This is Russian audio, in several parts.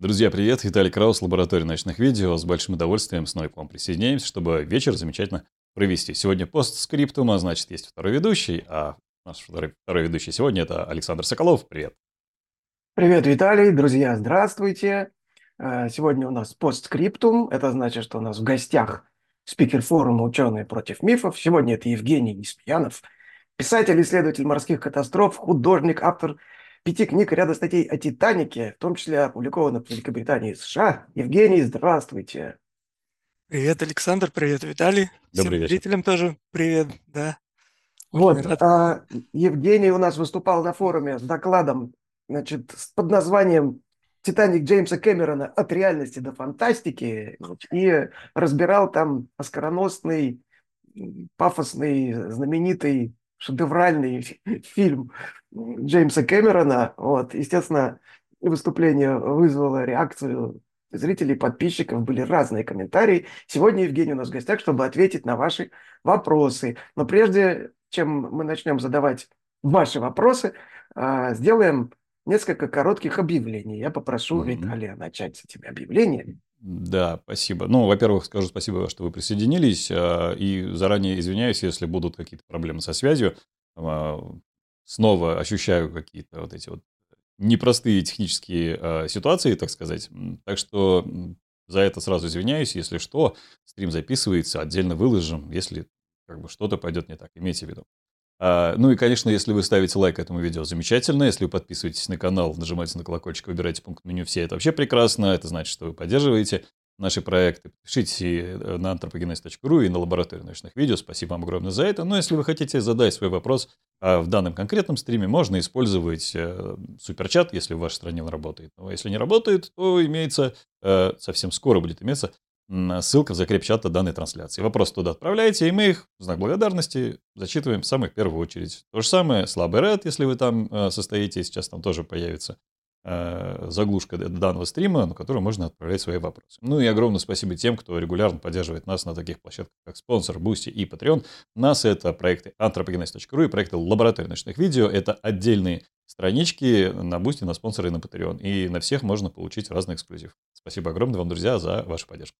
Друзья, привет! Виталий Краус, лаборатория ночных видео. С большим удовольствием снова к вам присоединяемся, чтобы вечер замечательно провести. Сегодня постскриптум, а значит, есть второй ведущий, а наш второй ведущий сегодня — это Александр Соколов. Привет! Привет, Виталий, друзья, здравствуйте. Сегодня у нас постскриптум. Это значит, что у нас в гостях спикер форума «Ученые против мифов». Сегодня это Евгений Неспьянов, писатель, исследователь морских катастроф, художник, автор 5 книг и ряда статей о «Титанике», в том числе опубликованных в Великобритании и США. Евгений, здравствуйте. Привет, Александр, привет, Виталий. Добрый Всем вечер. зрителям тоже привет, да, очень Вот, рад. Евгений у нас выступал на форуме с докладом, значит, под названием «Титаник» Джеймса Кэмерона от реальности до фантастики, и разбирал там оскароносный, пафосный, знаменитый, шедевральный фильм Джеймса Кэмерона. Вот, естественно, выступление вызвало реакцию зрителей, подписчиков, были разные комментарии. Сегодня Евгений у нас в гостях, чтобы ответить на ваши вопросы. Но прежде чем мы начнем задавать ваши вопросы, сделаем несколько коротких объявлений. Я попрошу Мгм. Виталия начать с этими объявлениями. Да, спасибо. Ну, во-первых, скажу спасибо, что вы присоединились, и заранее извиняюсь, если будут какие-то проблемы со связью. А, Снова ощущаю какие-то вот эти вот непростые технические ситуации, так сказать. Так что за это сразу извиняюсь. Если что, стрим записывается, отдельно выложим, если как бы что-то пойдет не так. Имейте в виду. Ну и, конечно, если вы ставите лайк этому видео, замечательно. Если вы подписываетесь на канал, нажимаете на колокольчик, выбираете пункт меню «Все», это вообще прекрасно. Это значит, что вы поддерживаете наши проекты. Пишите на anthropogenes.ru и на лабораторию научных видео. Спасибо вам огромное за это. Но если вы хотите задать свой вопрос в данном конкретном стриме, можно использовать суперчат, если в вашей стране он работает. Но если не работает, то имеется, совсем скоро будет иметься ссылка в закреп чата данной трансляции. Вопрос туда отправляете, и мы их в знак благодарности зачитываем в самую первую очередь. То же самое слабый ряд, если вы там состоите, сейчас там тоже появится заглушка данного стрима, на которую можно отправлять свои вопросы. Ну и огромное спасибо тем, кто регулярно поддерживает нас на таких площадках, как спонсор, Boosty и Patreon. У нас это проекты anthropogenes.ru и проекты лаборатории ночных видео. Это отдельные странички на Boosty, на спонсоры и на Patreon. И на всех можно получить разный эксклюзив. Спасибо огромное вам, друзья, за вашу поддержку.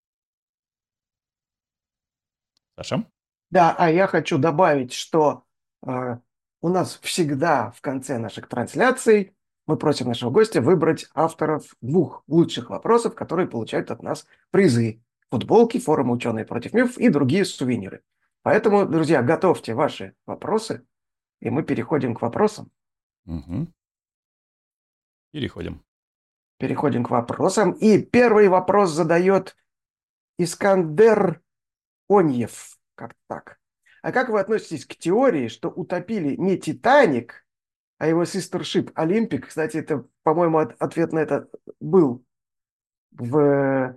Саша? Да, а я хочу добавить, что у нас всегда в конце наших трансляций мы просим нашего гостя выбрать авторов 2 лучших вопросов, которые получают от нас призы. Футболки, форумы «Ученые против мифов» и другие сувениры. Поэтому, друзья, готовьте ваши вопросы, и мы переходим к вопросам. Угу. Переходим. Переходим к вопросам. И первый вопрос задает Искандер Оньев. Как так? А как вы относитесь к теории, что утопили не «Титаник», а его sister-ship «Олимпик»? Кстати, это, по-моему, ответ на это был в,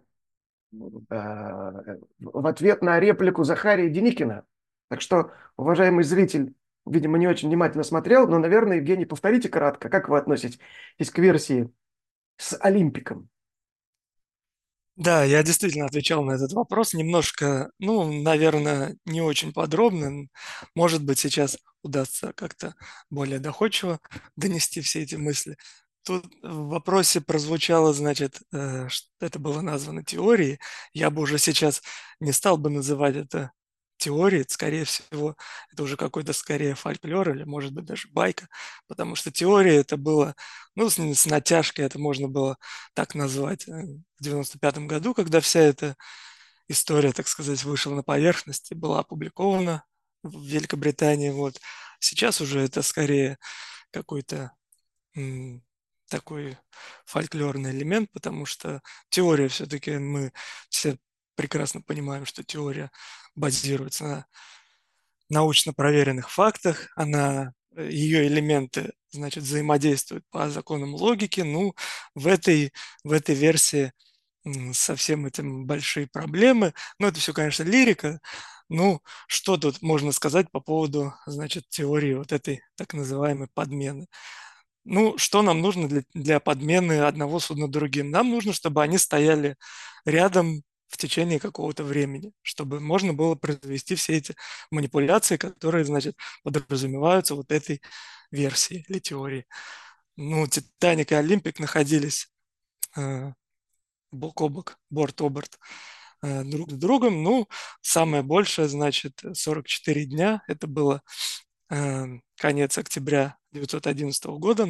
в ответ на реплику Захария Деникина. Так что, уважаемый зритель, видимо, не очень внимательно смотрел, но, наверное, Евгений, повторите кратко, как вы относитесь к версии с «Олимпиком»? Да, я действительно отвечал на этот вопрос немножко, ну, наверное, не очень подробно. Может быть, сейчас удастся как-то более доходчиво донести все эти мысли. Тут в вопросе прозвучало, значит, что это было названо теорией. Я бы уже сейчас не стал бы называть это теорией. Скорее всего, это уже какой-то скорее фольклор или, может быть, даже байка. Потому что теория это было, ну, с натяжкой это можно было так назвать в 95 году, когда вся эта история, так сказать, вышла на поверхность и была опубликована в Великобритании. Вот. Сейчас уже это скорее какой-то м, такой фольклорный элемент, потому что теория все-таки мы все прекрасно понимаем, что теория базируется на научно проверенных фактах, ее элементы, значит, взаимодействуют по законам логики. Ну, в этой версии со всем этим большие проблемы. Но это все, конечно, лирика. Ну, что тут можно сказать по поводу, значит, теории вот этой так называемой подмены? Ну, что нам нужно для подмены одного судна другим? Нам нужно, чтобы они стояли рядом в течение какого-то времени, чтобы можно было произвести все эти манипуляции, которые, значит, подразумеваются вот этой версией или теории. Ну, Титаник и Олимпик находились бок о бок, борт о борт друг с другом. Ну, самое большее, значит, 44 дня. Это было конец октября 1911 года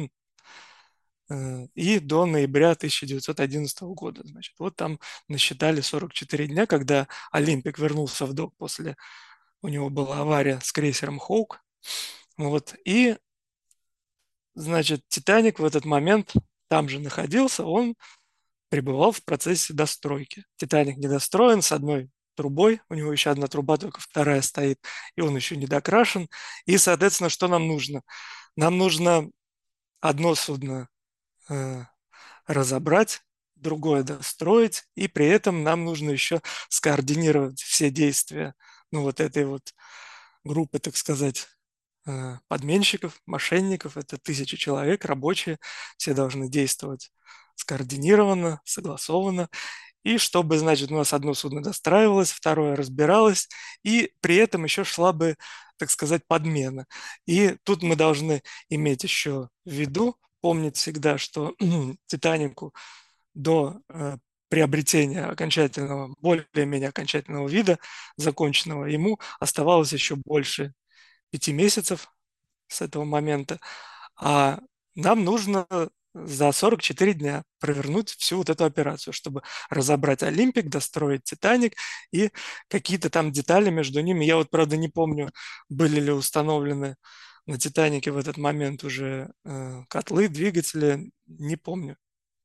и до ноября 1911 года. Значит, вот там насчитали 44 дня, когда Олимпик вернулся в док после... У него была авария с крейсером «Хоук». Вот, и, значит, «Титаник» в этот момент там же находился, он пребывал в процессе достройки. «Титаник» недостроен с одной трубой, у него еще одна труба, только вторая стоит, и он еще не докрашен. И, соответственно, что нам нужно? Нам нужно одно судно э, разобрать, другое достроить, и при этом нам нужно еще скоординировать все действия, ну, вот этой вот группы, так сказать, подменщиков, мошенников, это тысячи человек, рабочие, все должны действовать скоординированно, согласованно, и чтобы, значит, у нас одно судно достраивалось, второе разбиралось, и при этом еще шла бы, так сказать, подмена. И тут мы должны иметь еще в виду, помнить всегда, что «Титанику» до приобретения окончательного, более-менее окончательного вида, законченного, ему оставалось еще больше 5 месяцев с этого момента, а нам нужно за 44 дня провернуть всю вот эту операцию, чтобы разобрать Олимпик, достроить Титаник и какие-то там детали между ними. Я вот, правда, не помню, были ли установлены на Титанике в этот момент уже котлы, двигатели, не помню.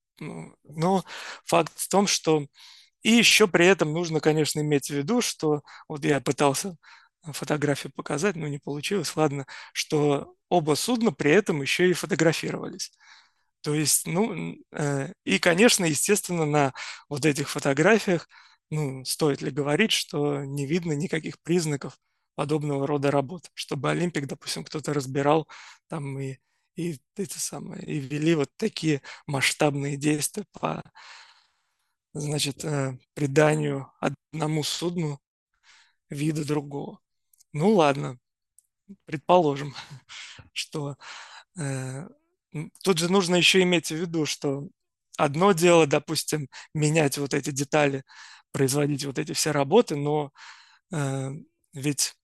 Но факт в том, что и еще при этом нужно, конечно, иметь в виду, что вот я пытался фотографию показать, но не получилось, ладно, что оба судна при этом еще и фотографировались. То есть, ну, и, конечно, естественно, на вот этих фотографиях, ну, стоит ли говорить, что не видно никаких признаков подобного рода работ, чтобы Олимпик, допустим, кто-то разбирал там и эти самые, и вели вот такие масштабные действия по, значит, приданию одному судну вида другого. Ну ладно, предположим, что тут же нужно еще иметь в виду, что одно дело, допустим, менять вот эти детали, производить вот эти все работы, но э, ведь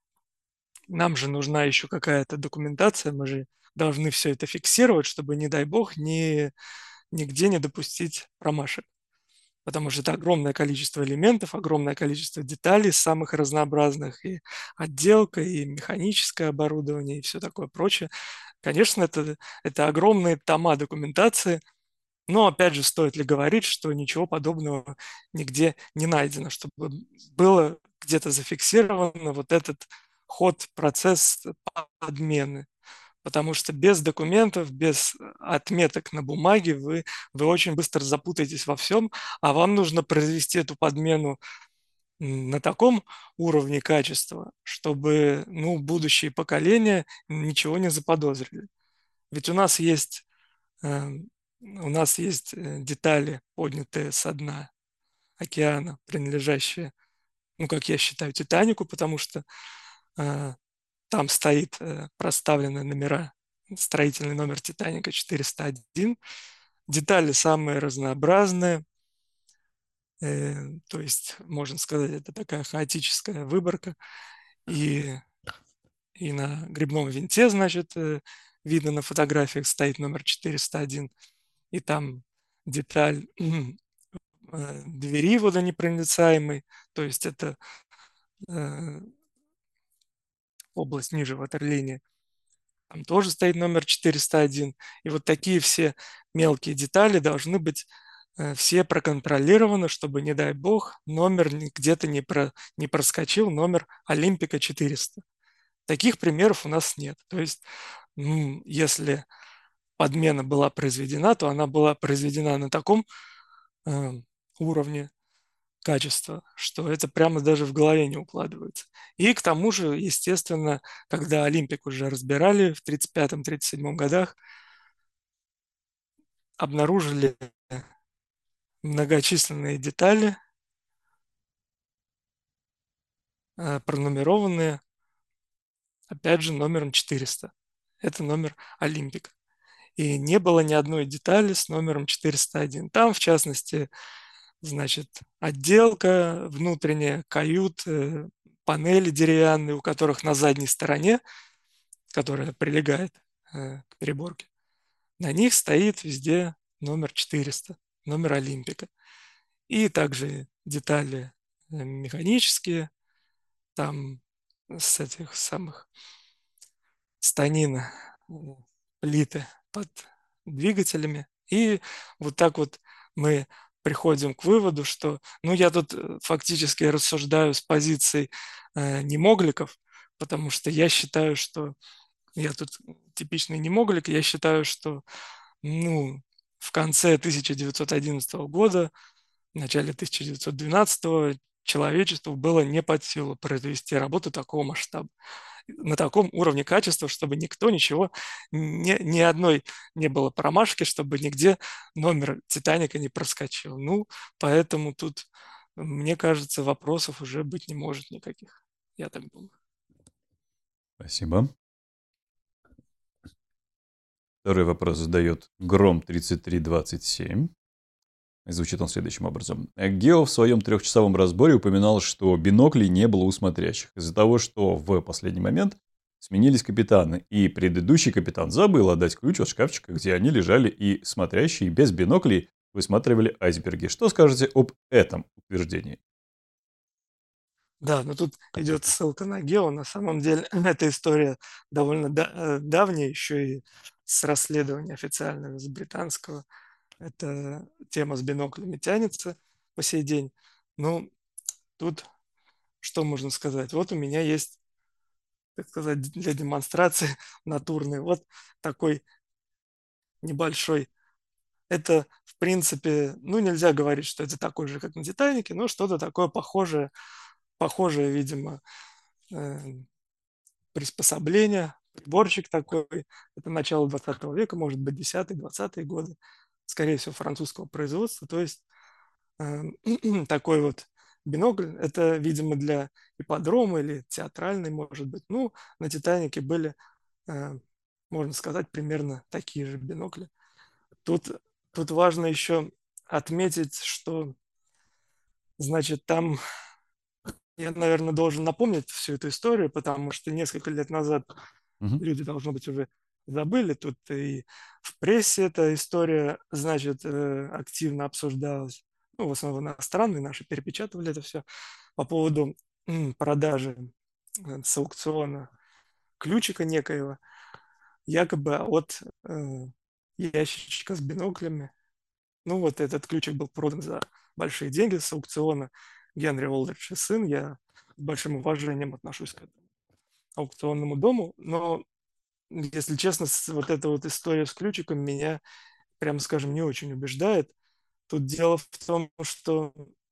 нам же нужна еще какая-то документация, мы же должны все это фиксировать, чтобы, не дай бог, нигде не допустить промашек. Потому что это огромное количество элементов, огромное количество деталей, самых разнообразных, и отделка, и механическое оборудование, и все такое прочее. Конечно, это огромные тома документации, но, опять же, стоит ли говорить, что ничего подобного нигде не найдено, чтобы было где-то зафиксировано вот этот ход, процесс подмены. Потому что без документов, без отметок на бумаге вы очень быстро запутаетесь во всем, а вам нужно произвести эту подмену на таком уровне качества, чтобы, ну, будущие поколения ничего не заподозрили. Ведь э, у нас есть детали, поднятые со дна океана, принадлежащие, ну, как я считаю, Титанику, потому что э, там стоит проставлены номера, строительный номер Титаника 401. Детали самые разнообразные, то есть, можно сказать, это такая хаотическая выборка. И, и на грибном винте, значит, видно на фотографиях стоит номер 401, и там деталь двери водонепроницаемой, то есть это э, область ниже ватерлинии. Там тоже стоит номер 401. И вот такие все мелкие детали должны быть все проконтролированы, чтобы, не дай бог, номер где-то не проскочил, номер Олимпика 400. Таких примеров у нас нет. То есть, если подмена была произведена, то она была произведена на таком э, уровне качества, что это прямо даже в голове не укладывается. И к тому же, естественно, когда Олимпик уже разбирали в 1935-1937 годах, обнаружили многочисленные детали, пронумерованные, опять же, номером 400. Это номер Олимпика. И не было ни одной детали с номером 401. Там, в частности, значит, отделка внутренняя, кают, панели деревянные, у которых на задней стороне, которая прилегает к переборке, на них стоит везде номер 400, номер Олимпика. И также детали механические, там с этих самых станин, плиты под двигателями. И вот так вот мы приходим к выводу, что, ну, я тут фактически рассуждаю с позиции немогликов, потому что я считаю, что я тут типичный немоглик, я считаю, что, ну, в конце 1911 года, в начале 1912 человечеству было не под силу произвести работу такого масштаба, на таком уровне качества, чтобы никто ничего, ни одной не было промашки, чтобы нигде номер Титаника не проскочил. Ну, поэтому тут, мне кажется, вопросов уже быть не может никаких. Я так думаю. Спасибо. Второй вопрос задает Гром 3327. Звучит он следующим образом. Гео в своем 3-часовом разборе упоминал, что биноклей не было у смотрящих из-за того, что в последний момент сменились капитаны, и предыдущий капитан забыл отдать ключ от шкафчика, где они лежали, и смотрящие без биноклей высматривали айсберги. Что скажете об этом утверждении? Да, но тут идет ссылка на Гео. На самом деле эта история довольно давняя, еще и с расследования официального из британского. Эта тема с биноклями тянется по сей день. Ну, тут что можно сказать? Вот у меня есть, так сказать, для демонстрации натурный вот такой небольшой. Это, в принципе, ну, нельзя говорить, что это такой же, как на «Титанике», но что-то такое похожее, видимо, э, приспособление, приборчик такой. Это начало 20 века, может быть, 10-20-е годы, скорее всего, французского производства. То есть такой вот бинокль, это, видимо, для ипподрома или театральный, может быть. Ну, на «Титанике» были, э, можно сказать, примерно такие же бинокли. Тут, тут важно еще отметить, что, значит, там я, наверное, должен напомнить всю эту историю, потому что несколько лет назад Мгм. люди, должно быть, уже забыли. Тут и в прессе эта история, значит, активно обсуждалась. Ну, в основном иностранные наши перепечатывали это все по поводу продажи с аукциона ключика некоего, якобы от ящичка с биноклями. Ну, вот этот ключик был продан за большие деньги с аукциона. Генри Олдридж и сын. Я с большим уважением отношусь к этому аукционному дому, но, если честно, вот эта вот история с ключиком меня, прямо скажем, не очень убеждает. Тут дело в том, что,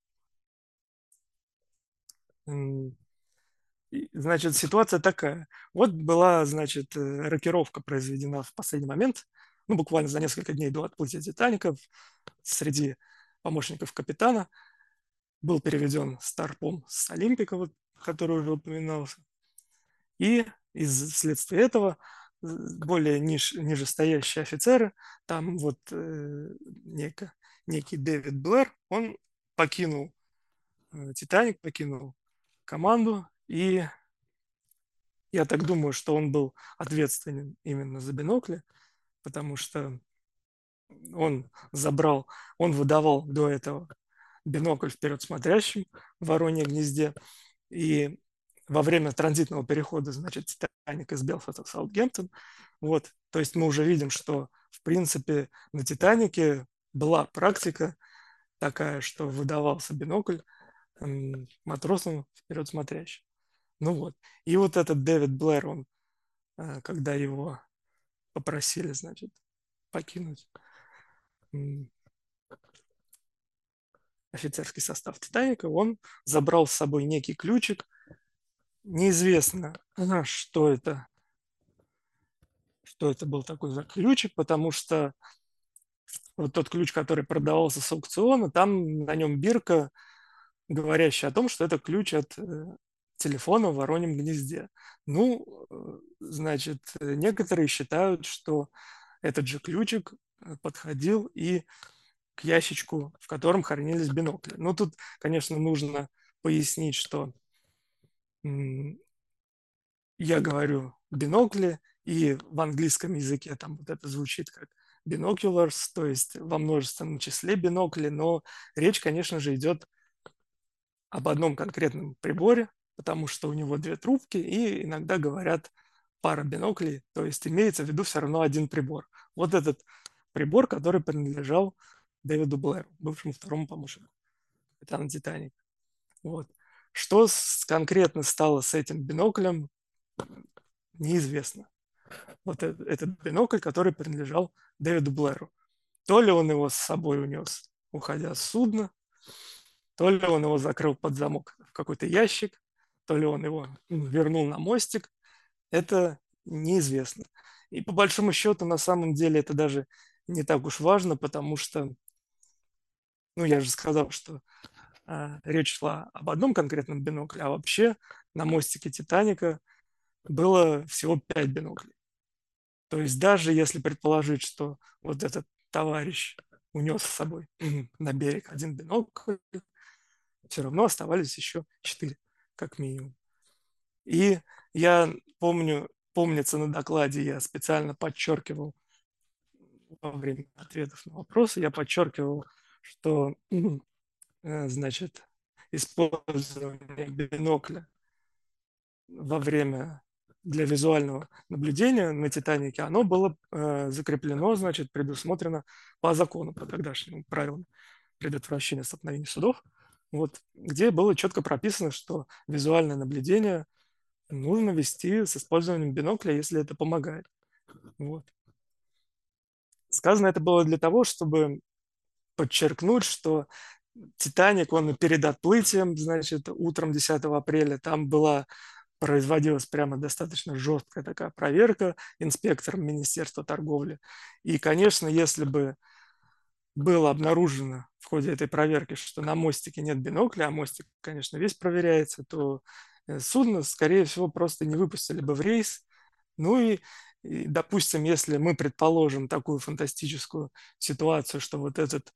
значит, ситуация такая. Вот была, значит, рокировка произведена в последний момент, ну, буквально за несколько дней до отплытия «Титаника», среди помощников капитана был переведен старпом с Олимпика, вот, который уже упоминался. И вследствие этого более нижестоящие офицеры, там вот некий Дэвид Блэр, он покинул «Титаник», покинул команду, и я так думаю, что он был ответственен именно за бинокли, потому что он он выдавал до этого бинокль вперед смотрящим в Вороньем гнезде, и во время транзитного перехода, значит, «Титаник» из Белфаста в Саутгемптон. Вот, то есть мы уже видим, что, в принципе, на «Титанике» была практика такая, что выдавался бинокль матросам вперед смотрящим. Ну вот. И вот этот Дэвид Блэр, он, когда его попросили, значит, покинуть офицерский состав «Титаника», он забрал с собой некий ключик. Неизвестно, что это был такой за ключик, потому что вот тот ключ, который продавался с аукциона, там на нем бирка, говорящая о том, что это ключ от телефона в Вороньем гнезде. Ну, значит, некоторые считают, что этот же ключик подходил и к ящичку, в котором хранились бинокли. Но тут, конечно, нужно пояснить, что я говорю бинокли, и в английском языке там вот это звучит как binoculars, то есть во множественном числе бинокли, но речь, конечно же, идет об одном конкретном приборе, потому что у него две трубки, и иногда говорят пара биноклей, то есть имеется в виду все равно один прибор. Вот этот прибор, который принадлежал Дэвиду Блэру, бывшему второму помощнику капитана Титаника. Вот. Что конкретно стало с этим биноклем, неизвестно. Вот этот бинокль, который принадлежал Дэвиду Блэру. То ли он его с собой унес, уходя с судна, то ли он его закрыл под замок в какой-то ящик, то ли он его вернул на мостик. Это неизвестно. И по большому счету, на самом деле, это даже не так уж важно, потому что, ну, я же сказал, что речь шла об одном конкретном бинокле, а вообще на мостике Титаника было всего 5 биноклей. То есть даже если предположить, что вот этот товарищ унес с собой на берег один бинокль, все равно оставались еще 4, как минимум. И я помнится на докладе, я специально подчеркивал во время ответов на вопросы, я подчеркивал, что, значит, использование бинокля во время для визуального наблюдения на Титанике, оно было закреплено, значит, предусмотрено по закону, по тогдашним правилам предотвращения столкновений судов, вот, где было четко прописано, что визуальное наблюдение нужно вести с использованием бинокля, если это помогает. Вот. Сказано это было для того, чтобы подчеркнуть, что Титаник, он перед отплытием, значит, утром 10 апреля, там производилась прямо достаточно жесткая такая проверка инспектором Министерства торговли. И, конечно, если бы было обнаружено в ходе этой проверки, что на мостике нет бинокля, а мостик, конечно, весь проверяется, то судно, скорее всего, просто не выпустили бы в рейс. Ну и, допустим, если мы предположим такую фантастическую ситуацию, что вот этот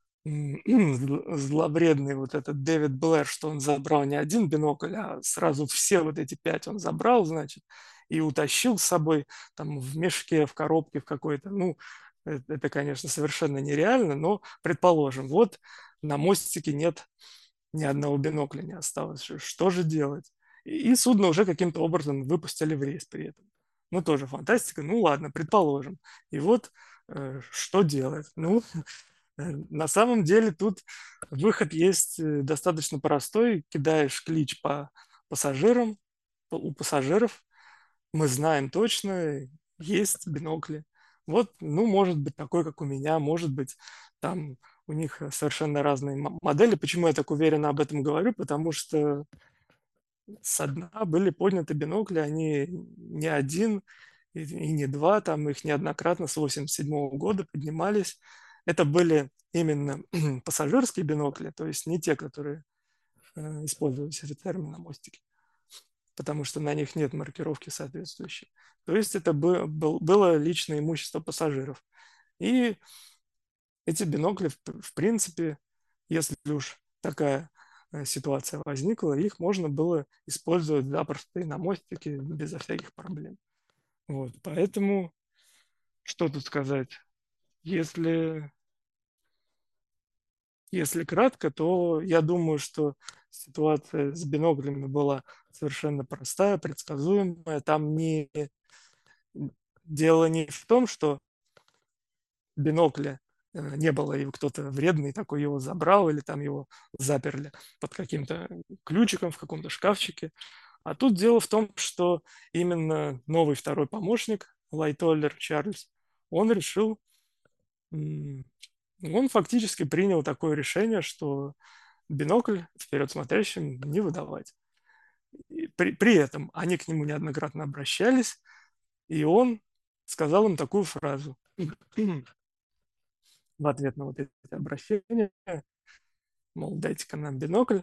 зловредный вот этот Дэвид Блэр, что он забрал не один бинокль, а сразу все вот эти 5 он забрал, значит, и утащил с собой там в мешке, в коробке в какой-то. Ну, это, конечно, совершенно нереально, но предположим, вот на мостике нет ни одного бинокля не осталось. Что же делать? И судно уже каким-то образом выпустили в рейс при этом. Ну, тоже фантастика. Ну, ладно, предположим. И вот что делать? Ну, на самом деле тут выход есть достаточно простой. Кидаешь клич по пассажирам, у пассажиров. Мы знаем точно, есть бинокли. Вот, ну, может быть такой, как у меня, может быть там у них совершенно разные модели. Почему я так уверенно об этом говорю? Потому что со дна были подняты бинокли, они не один и не два, там их неоднократно с 1987 года поднимались. Это были именно пассажирские бинокли, то есть не те, которые использовались офицерами на мостике, потому что на них нет маркировки соответствующей. То есть это было личное имущество пассажиров. И эти бинокли, в принципе, если уж такая ситуация возникла, их можно было использовать запросто и на мостике безо всяких проблем. Вот, поэтому, что тут сказать? Если кратко, то я думаю, что ситуация с биноклями была совершенно простая, предсказуемая. Там дело не в том, что бинокля не было, и кто-то вредный такой его забрал, или там его заперли под каким-то ключиком в каком-то шкафчике. А тут дело в том, что именно новый второй помощник, Лайтоллер Чарльз, он решил, он фактически принял такое решение, что бинокль вперед смотрящим не выдавать. И при этом они к нему неоднократно обращались, и он сказал им такую фразу в ответ на вот эти обращения, мол, дайте-ка нам бинокль,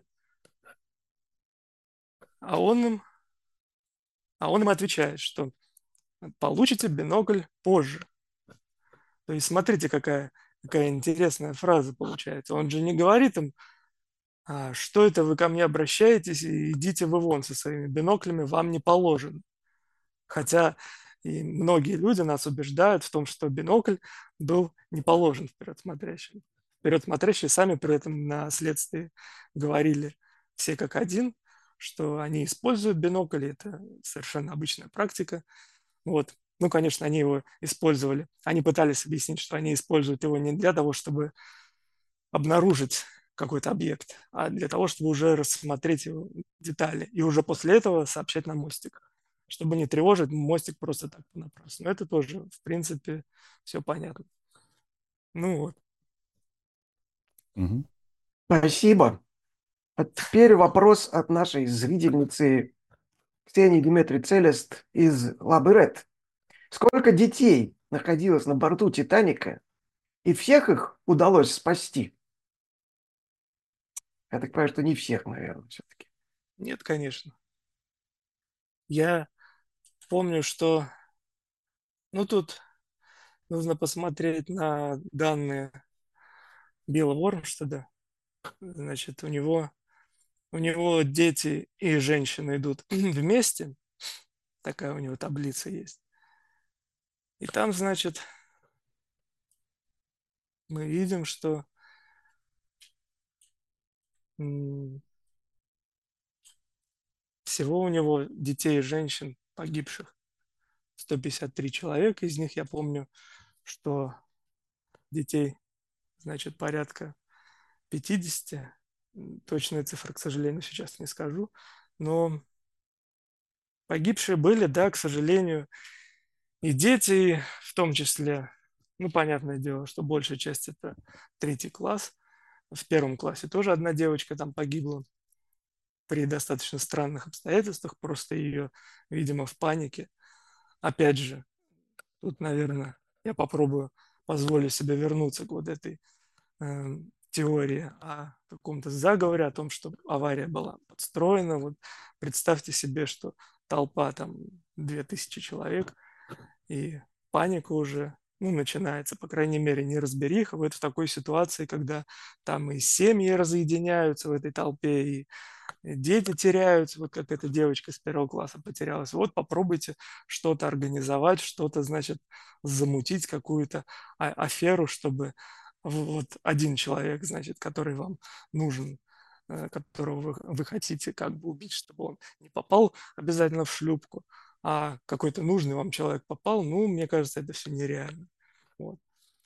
а он им, отвечает, что получите бинокль позже. То есть смотрите, какая такая интересная фраза получается. Он же не говорит им: что это вы ко мне обращаетесь, и идите вы вон со своими биноклями, вам не положено. Хотя и многие люди нас убеждают в том, что бинокль был не положен вперед смотрящим. Вперед смотрящие сами при этом на следствии говорили все как один, что они используют бинокль, и это совершенно обычная практика. Вот. Ну, конечно, они его использовали. Они пытались объяснить, что они используют его не для того, чтобы обнаружить какой-то объект, а для того, чтобы уже рассмотреть его детали. И уже после этого сообщать на мостик, чтобы не тревожить мостик просто так понапрасну. Но это тоже, в принципе, все понятно. Ну вот. Мгм. Спасибо. А теперь вопрос от нашей зрительницы Ксении Диметри Целест из Лабырет. Сколько детей находилось на борту «Титаника», и всех их удалось спасти? Я так понимаю, что не всех, наверное, все-таки. Нет, конечно. Я помню, что, ну, тут нужно посмотреть на данные Билла Уормштеда. Значит, у него дети и женщины идут вместе. Такая у него таблица есть. И там, значит, мы видим, что всего у него детей и женщин погибших 153 человека. Из них я помню, что детей, значит, порядка 50. Точные цифры, к сожалению, сейчас не скажу. Но погибшие были, да, к сожалению, и дети, в том числе, ну, понятное дело, что большая часть это 3 класс. В 1 классе тоже одна девочка там погибла при достаточно странных обстоятельствах, просто ее, видимо, в панике. Опять же, тут, наверное, я попробую, позволю себе вернуться к вот этой теории о каком-то заговоре, о том, что авария была подстроена. Вот представьте себе, что толпа там 2000 человек, и паника уже, ну, начинается, по крайней мере, неразбериха. Вот в такой ситуации, когда там и семьи разъединяются в этой толпе, и дети теряются, вот как эта девочка с 1 класса потерялась. Вот попробуйте что-то организовать, что-то, значит, замутить, какую-то аферу, чтобы вот один человек, значит, который вам нужен, которого вы хотите как бы убить, чтобы он не попал обязательно в шлюпку, а какой-то нужный вам человек попал, ну, мне кажется, это все нереально. Вот.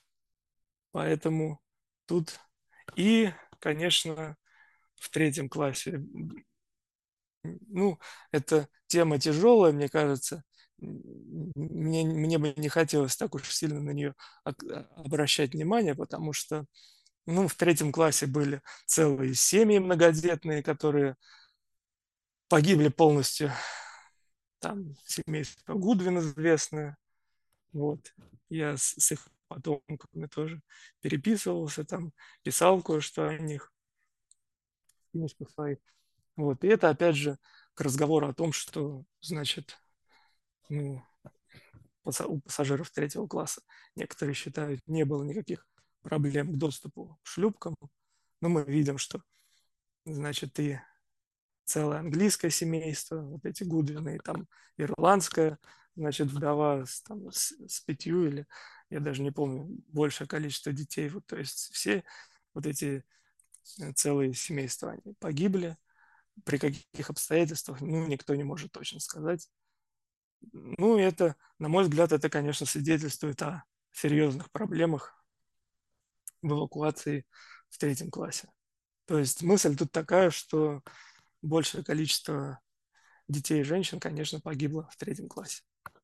Поэтому тут и, конечно, в 3 классе, ну, это тема тяжелая, мне кажется. Мне бы не хотелось так уж сильно на нее обращать внимание, потому что, ну, в 3 классе были целые семьи многодетные, которые погибли полностью. Там семейство Гудвин известное. Вот. Я с их потомками тоже переписывался, там писал кое-что о них в книжках своих. Вот. И это, опять же, к разговору о том, что, значит, ну, у пассажиров 3 класса, некоторые считают, не было никаких проблем к доступу к шлюпкам. Но мы видим, что, значит, и целое английское семейство, вот эти Гудвины, и там ирландская, значит, вдова с 5 или, я даже не помню, большее количество детей. Вот, то есть все вот эти целые семейства, они погибли. При каких обстоятельствах, ну, никто не может точно сказать. Ну, это, на мой взгляд, это, конечно, свидетельствует о серьезных проблемах в эвакуации в 3 классе. То есть мысль тут такая, что большее количество детей и женщин, конечно, погибло в 3 классе.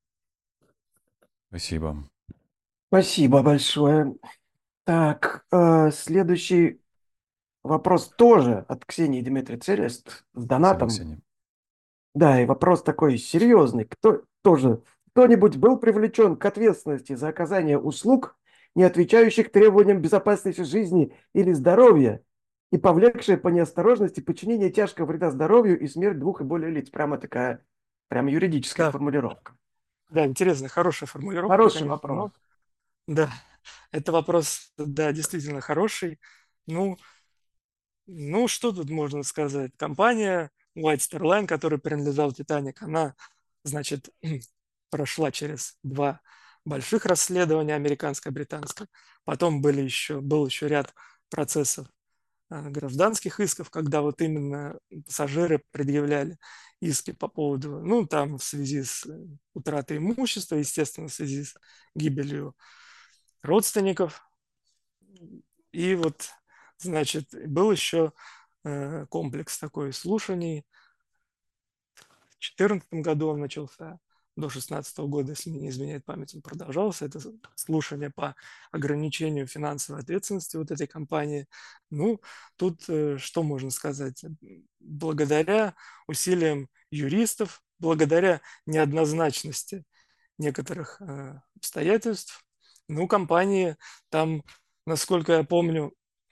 Спасибо. Спасибо большое. Так, следующий вопрос тоже от Ксении Дмитрий Целест с Спасибо, донатом. Ксения. Да, и вопрос такой серьезный. Кто-нибудь был привлечен к ответственности за оказание услуг, не отвечающих требованиям безопасности жизни или здоровья, и повлекшее по неосторожности причинение тяжкого вреда здоровью и смерть 2 и более лиц? Прямо юридическая Да, формулировка. да, интересно, хорошая формулировка, Хороший конечно, вопрос. но да, Это вопрос, да, действительно хороший. Ну, что тут можно сказать? Компания White Star Line, которая принадлежала Титаник, она, значит, прошла через два больших расследования, американско британское. Потом был еще ряд процессов гражданских исков, когда вот именно пассажиры предъявляли иски по поводу, ну, там в связи с утратой имущества, естественно, в связи с гибелью родственников. И вот, значит, был еще комплекс такой слушаний. В 2014 году он начался, до 2016 года, если мне не изменяет память, он продолжался. Это слушание по ограничению финансовой ответственности вот этой компании. Ну, тут что можно сказать? Благодаря усилиям юристов, благодаря неоднозначности некоторых обстоятельств, ну, компании там, насколько я помню,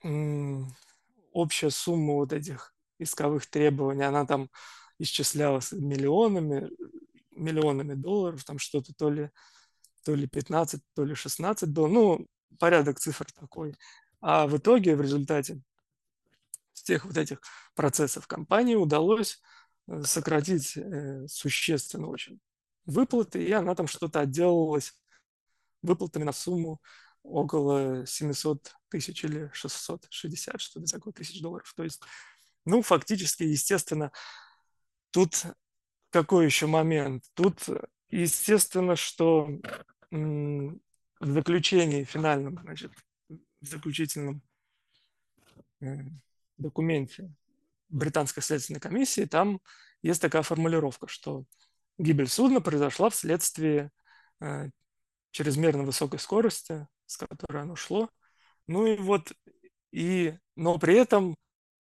общая сумма вот этих исковых требований, она там исчислялась миллионами долларов, там что-то то ли 15, то ли 16 долларов, ну, порядок цифр такой. А в итоге, в результате всех вот этих процессов компании удалось сократить существенно очень выплаты, и она там что-то отделалась выплатами на сумму около 700 тысяч или 660, что-то такое, тысяч долларов. То есть, ну, фактически, естественно, тут какой еще момент? Тут, естественно, что в заключении финальном, значит, в заключительном документе британской следственной комиссии, там есть такая формулировка, что гибель судна произошла вследствие чрезмерно высокой скорости, с которой оно шло. Ну и вот, но при этом,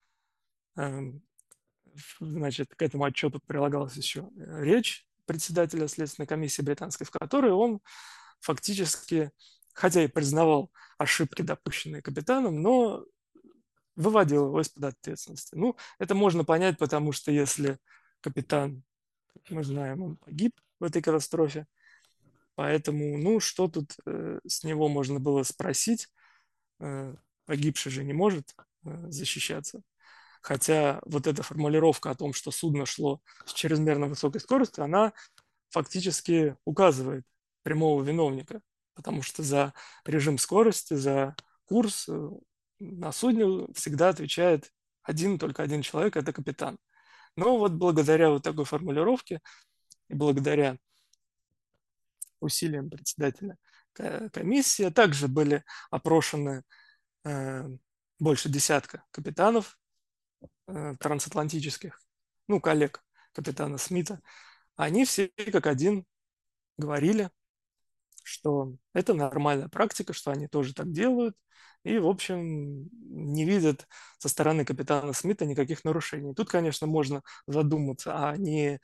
значит, к этому отчету прилагалась еще речь председателя Следственной комиссии британской, в которой он фактически, хотя и признавал ошибки, допущенные капитаном, но выводил его из-под ответственности. Ну, это можно понять, потому что если капитан, как мы знаем, он погиб в этой катастрофе, поэтому, ну, что тут с него можно было спросить? Погибший же не может защищаться. Хотя вот эта формулировка о том, что судно шло с чрезмерно высокой скоростью, она фактически указывает прямого виновника, потому что за режим скорости, за курс на судне всегда отвечает только один человек, это капитан. Но вот благодаря вот такой формулировке и благодаря усилиям председателя комиссии также были опрошены больше десятка капитанов трансатлантических, ну, коллег капитана Смита. Они все как один говорили, что это нормальная практика, что они тоже так делают, и, в общем, не видят со стороны капитана Смита никаких нарушений. Тут, конечно, можно задуматься, а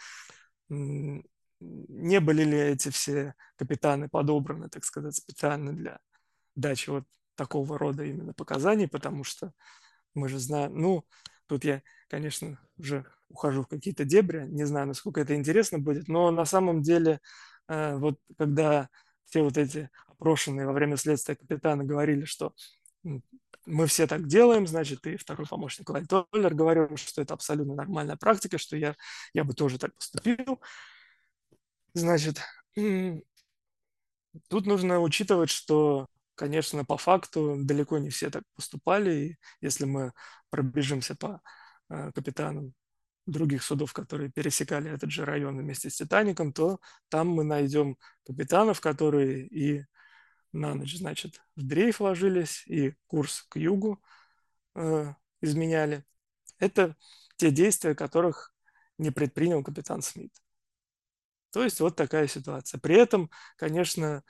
не были ли эти все капитаны подобраны, так сказать, специально для дачи вот такого рода именно показаний, потому что мы же знаем, ну, тут я, конечно, уже ухожу в какие-то дебри, не знаю, насколько это интересно будет, но на самом деле, вот когда все вот эти опрошенные во время следствия капитаны говорили, что мы все так делаем, значит, и второй помощник Лайт Толлер говорил, что это абсолютно нормальная практика, что я бы тоже так поступил. Значит, тут нужно учитывать, что, конечно, по факту далеко не все так поступали. И если мы пробежимся по капитанам других судов, которые пересекали этот же район вместе с «Титаником», то там мы найдем капитанов, которые и на ночь, значит, в дрейф ложились, и курс к югу изменяли. Это те действия, которых не предпринял капитан Смит. То есть вот такая ситуация. При этом, конечно,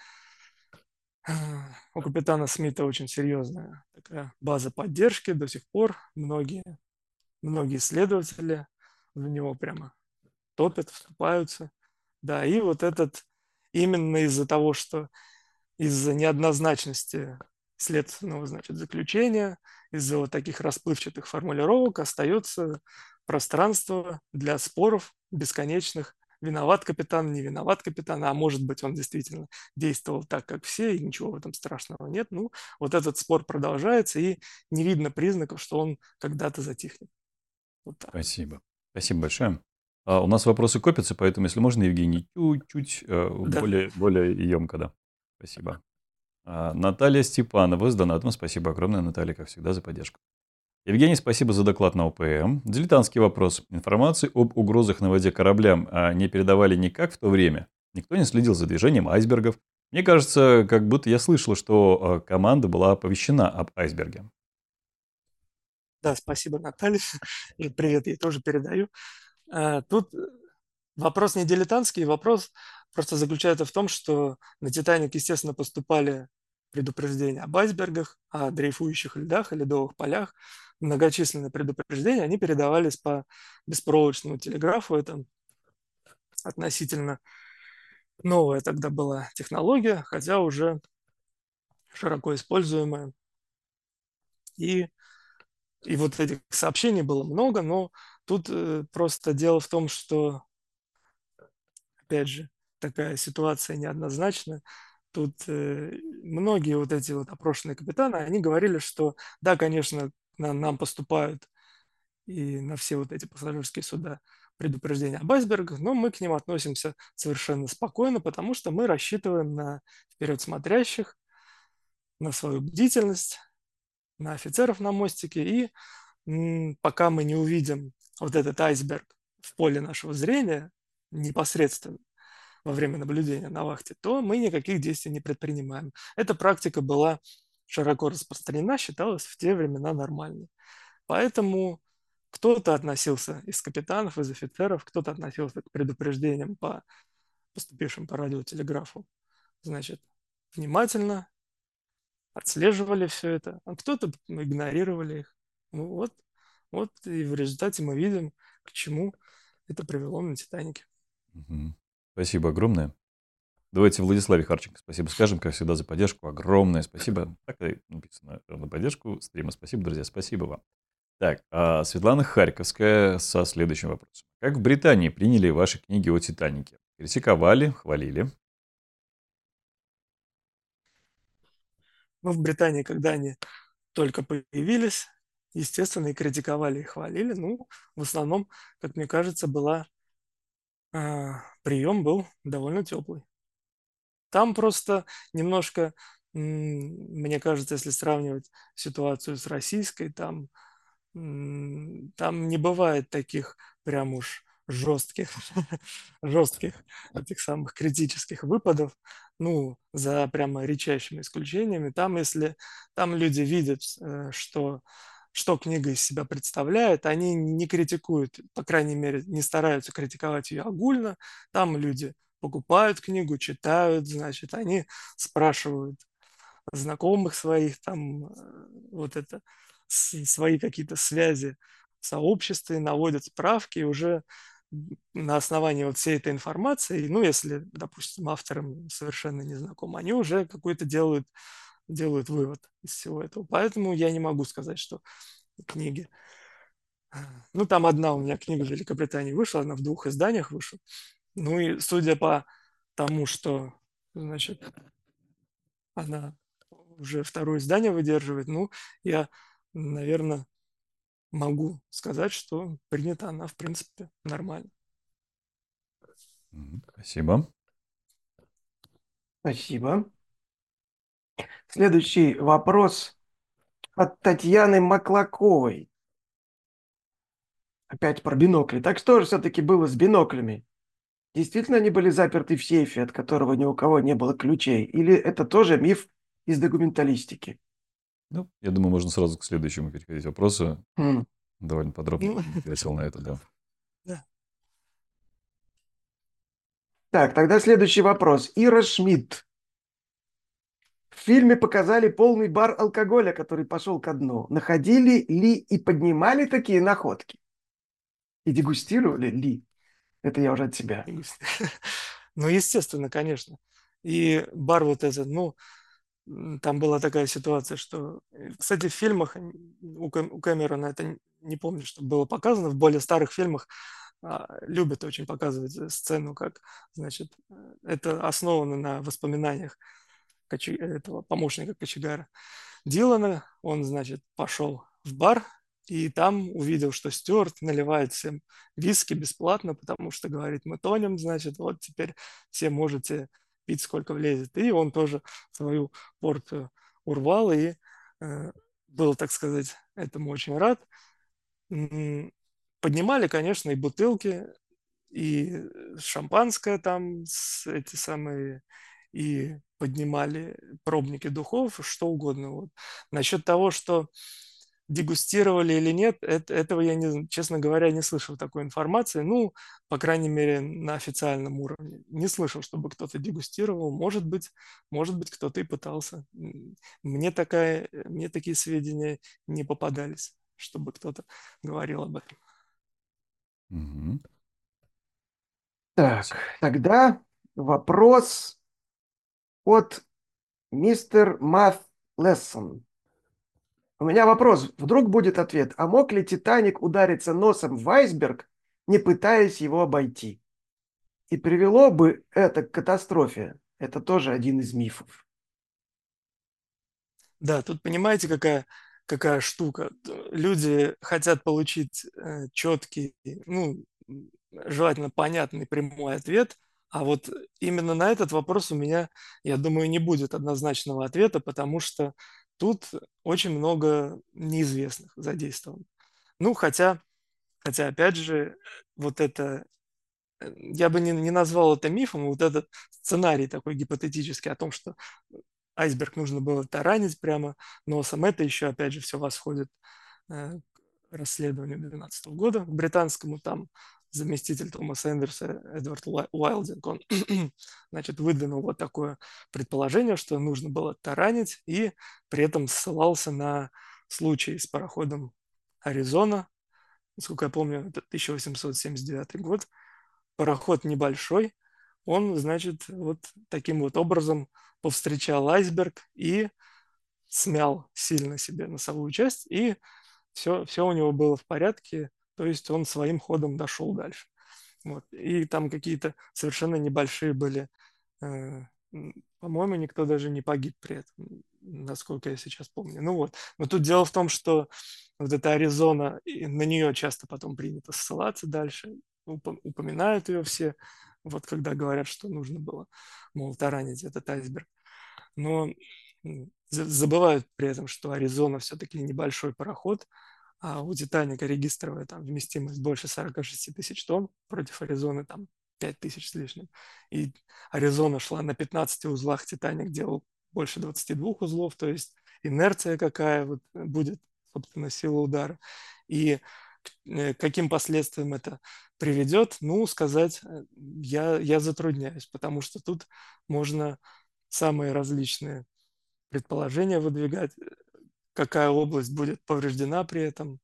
у капитана Смита очень серьезная такая база поддержки до сих пор. Многие исследователи в него прямо топят, вступаются. Да, и вот именно из-за того, что из-за неоднозначности следственного, значит, заключения, из-за вот таких расплывчатых формулировок остается пространство для споров бесконечных виноват капитан, не виноват капитан, а может быть, он действительно действовал так, как все, и ничего в этом страшного нет. Ну, вот этот спор продолжается, и не видно признаков, что он когда-то затихнет. Вот так. Спасибо. Спасибо большое. У нас вопросы копятся, поэтому, если можно, Евгений, чуть-чуть Да. более емко, да. Спасибо. Наталья Степанова с донатом. Спасибо огромное, Наталья, как всегда, за поддержку. Евгений, спасибо за доклад на ОПМ. Дилетантский вопрос. Информацию об угрозах на воде кораблям не передавали никак в то время. Никто не следил за движением айсбергов. Мне кажется, как будто я слышал, что команда была оповещена об айсберге. Да, спасибо, Наталья. И привет ей тоже передаю. Тут вопрос не дилетантский, вопрос просто заключается в том, что на «Титаник», естественно, поступали предупреждения об айсбергах, о дрейфующих льдах и ледовых полях. Многочисленные предупреждения, они передавались по беспроводному телеграфу. Это относительно новая тогда была технология, хотя уже широко используемая. И, и вот этих сообщений было много, но тут просто дело в том, что, опять же, такая ситуация неоднозначная. Тут многие вот эти вот опрошенные капитаны, они говорили, что да, конечно, нам поступают и на все вот эти пассажирские суда предупреждения об айсбергах, но мы к ним относимся совершенно спокойно, потому что мы рассчитываем на вперед смотрящих, на свою бдительность, на офицеров на мостике, и пока мы не увидим вот этот айсберг в поле нашего зрения непосредственно во время наблюдения на вахте, то мы никаких действий не предпринимаем. Эта практика была широко распространена, считалась в те времена нормальной. Поэтому кто-то относился из капитанов, из офицеров, кто-то относился к предупреждениям по поступившим по радиотелеграфу, значит, внимательно отслеживали все это, а кто-то игнорировали их. Ну вот и в результате мы видим, к чему это привело на «Титанике». Мгм. Спасибо огромное. Давайте Владиславе Харченко спасибо скажем, как всегда, за поддержку. Огромное спасибо. Так и написано на поддержку стрима. Спасибо, друзья. Спасибо вам. Так, Светлана Харьковская со следующим вопросом. Как в Британии приняли ваши книги о «Титанике»? Критиковали, хвалили? Ну, в Британии, когда они только появились, естественно, и критиковали, и хвалили. Ну, в основном, как мне кажется, прием был довольно теплый. Там просто немножко, мне кажется, если сравнивать ситуацию с российской, там не бывает таких прям уж жестких, жестких этих самых критических выпадов, ну, за прямо редчайшими исключениями. Там, если там люди видят, что книга из себя представляет, они не критикуют, по крайней мере, не стараются критиковать ее огульно. Там люди покупают книгу, читают, значит, они спрашивают знакомых своих, там вот это, свои какие-то связи в сообществе, наводят справки, и уже на основании вот всей этой информации, ну, если, допустим, авторам совершенно не знаком, они уже какой-то делают вывод из всего этого. Поэтому я не могу сказать, что книги... Ну, там одна у меня книга в Великобритании вышла, она в 2 изданиях вышла. Ну, и судя по тому, что, значит, она уже 2 издание выдерживает, ну, я, наверное, могу сказать, что принята она, в принципе, нормально. Спасибо. Спасибо. Следующий вопрос от Татьяны Маклаковой. Опять про бинокли. Так что же все-таки было с биноклями? Действительно они были заперты в сейфе, от которого ни у кого не было ключей? Или это тоже миф из документалистики? Ну, я думаю, можно сразу к следующему переходить вопросу. Хм. Довольно подробно Ну, ответил на это, да. да. Так, тогда следующий вопрос. Ира Шмидт. В фильме показали полный бар алкоголя, который пошел ко дну. Находили ли и поднимали такие находки? И дегустировали ли? Это я уже от себя. Ну, естественно, конечно. И бар вот этот, ну, там была такая ситуация, что, кстати, в фильмах у Кэмерона это не помню, что было показано, в более старых фильмах любят очень показывать сцену, как, значит, это основано на воспоминаниях этого помощника кочегара Дилана. Он, значит, пошел в бар и там увидел, что Стюарт наливает всем виски бесплатно, потому что говорит, мы тонем, значит, вот теперь все можете пить сколько влезет. И он тоже свою порцию урвал и э, был, так сказать, этому очень рад. Поднимали, конечно, и бутылки, и шампанское там, эти самые, и поднимали пробники духов, что угодно. Вот. Насчет того, что дегустировали или нет, этого я, честно говоря, не слышал такой информации. Ну, по крайней мере, на официальном уровне. Не слышал, чтобы кто-то дегустировал. Может быть, кто-то и пытался. Мне такие сведения не попадались, чтобы кто-то говорил об этом. Мгм. Так, тогда вопрос от мистер Math Lesson. У меня вопрос. Вдруг будет ответ. А мог ли Титаник удариться носом в айсберг, не пытаясь его обойти? И привело бы это к катастрофе? Это тоже один из мифов. Да, тут понимаете, какая штука. Люди хотят получить четкий, ну, желательно понятный прямой ответ, а вот именно на этот вопрос у меня, я думаю, не будет однозначного ответа, потому что тут очень много неизвестных задействовано. Ну, хотя опять же, вот это, я бы не назвал это мифом, вот этот сценарий такой гипотетический о том, что айсберг нужно было таранить прямо носом. Это еще, опять же, все восходит к расследованию 2012 года к британскому. Там заместитель Томаса Эндерса Эдвард Уайлдинг, он, значит, выдвинул вот такое предположение, что нужно было таранить, и при этом ссылался на случай с пароходом Аризона. Насколько я помню, это 1879 год. Пароход небольшой, он, значит, вот таким вот образом повстречал айсберг и смял сильно себе носовую часть, и все у него было в порядке, то есть он своим ходом дошел дальше. Вот. И там какие-то совершенно небольшие были, э, по-моему, никто даже не погиб при этом, насколько я сейчас помню. Ну вот, но тут дело в том, что вот эта Аризона, и на нее часто потом принято ссылаться дальше, упоминают ее все, вот когда говорят, что нужно было, мол, таранить этот айсберг. Но забывают при этом, что Аризона все-таки небольшой пароход, а у Титаника регистровая там вместимость больше 46 тысяч тонн, против Аризоны там 5 тысяч с лишним. И Аризона шла на 15 узлах, Титаник делал больше 22 узлов, то есть инерция какая вот будет, собственно, сила удара. И каким последствиям это приведет, ну, сказать я затрудняюсь, потому что тут можно самые различные предположения выдвигать, какая область будет повреждена при этом,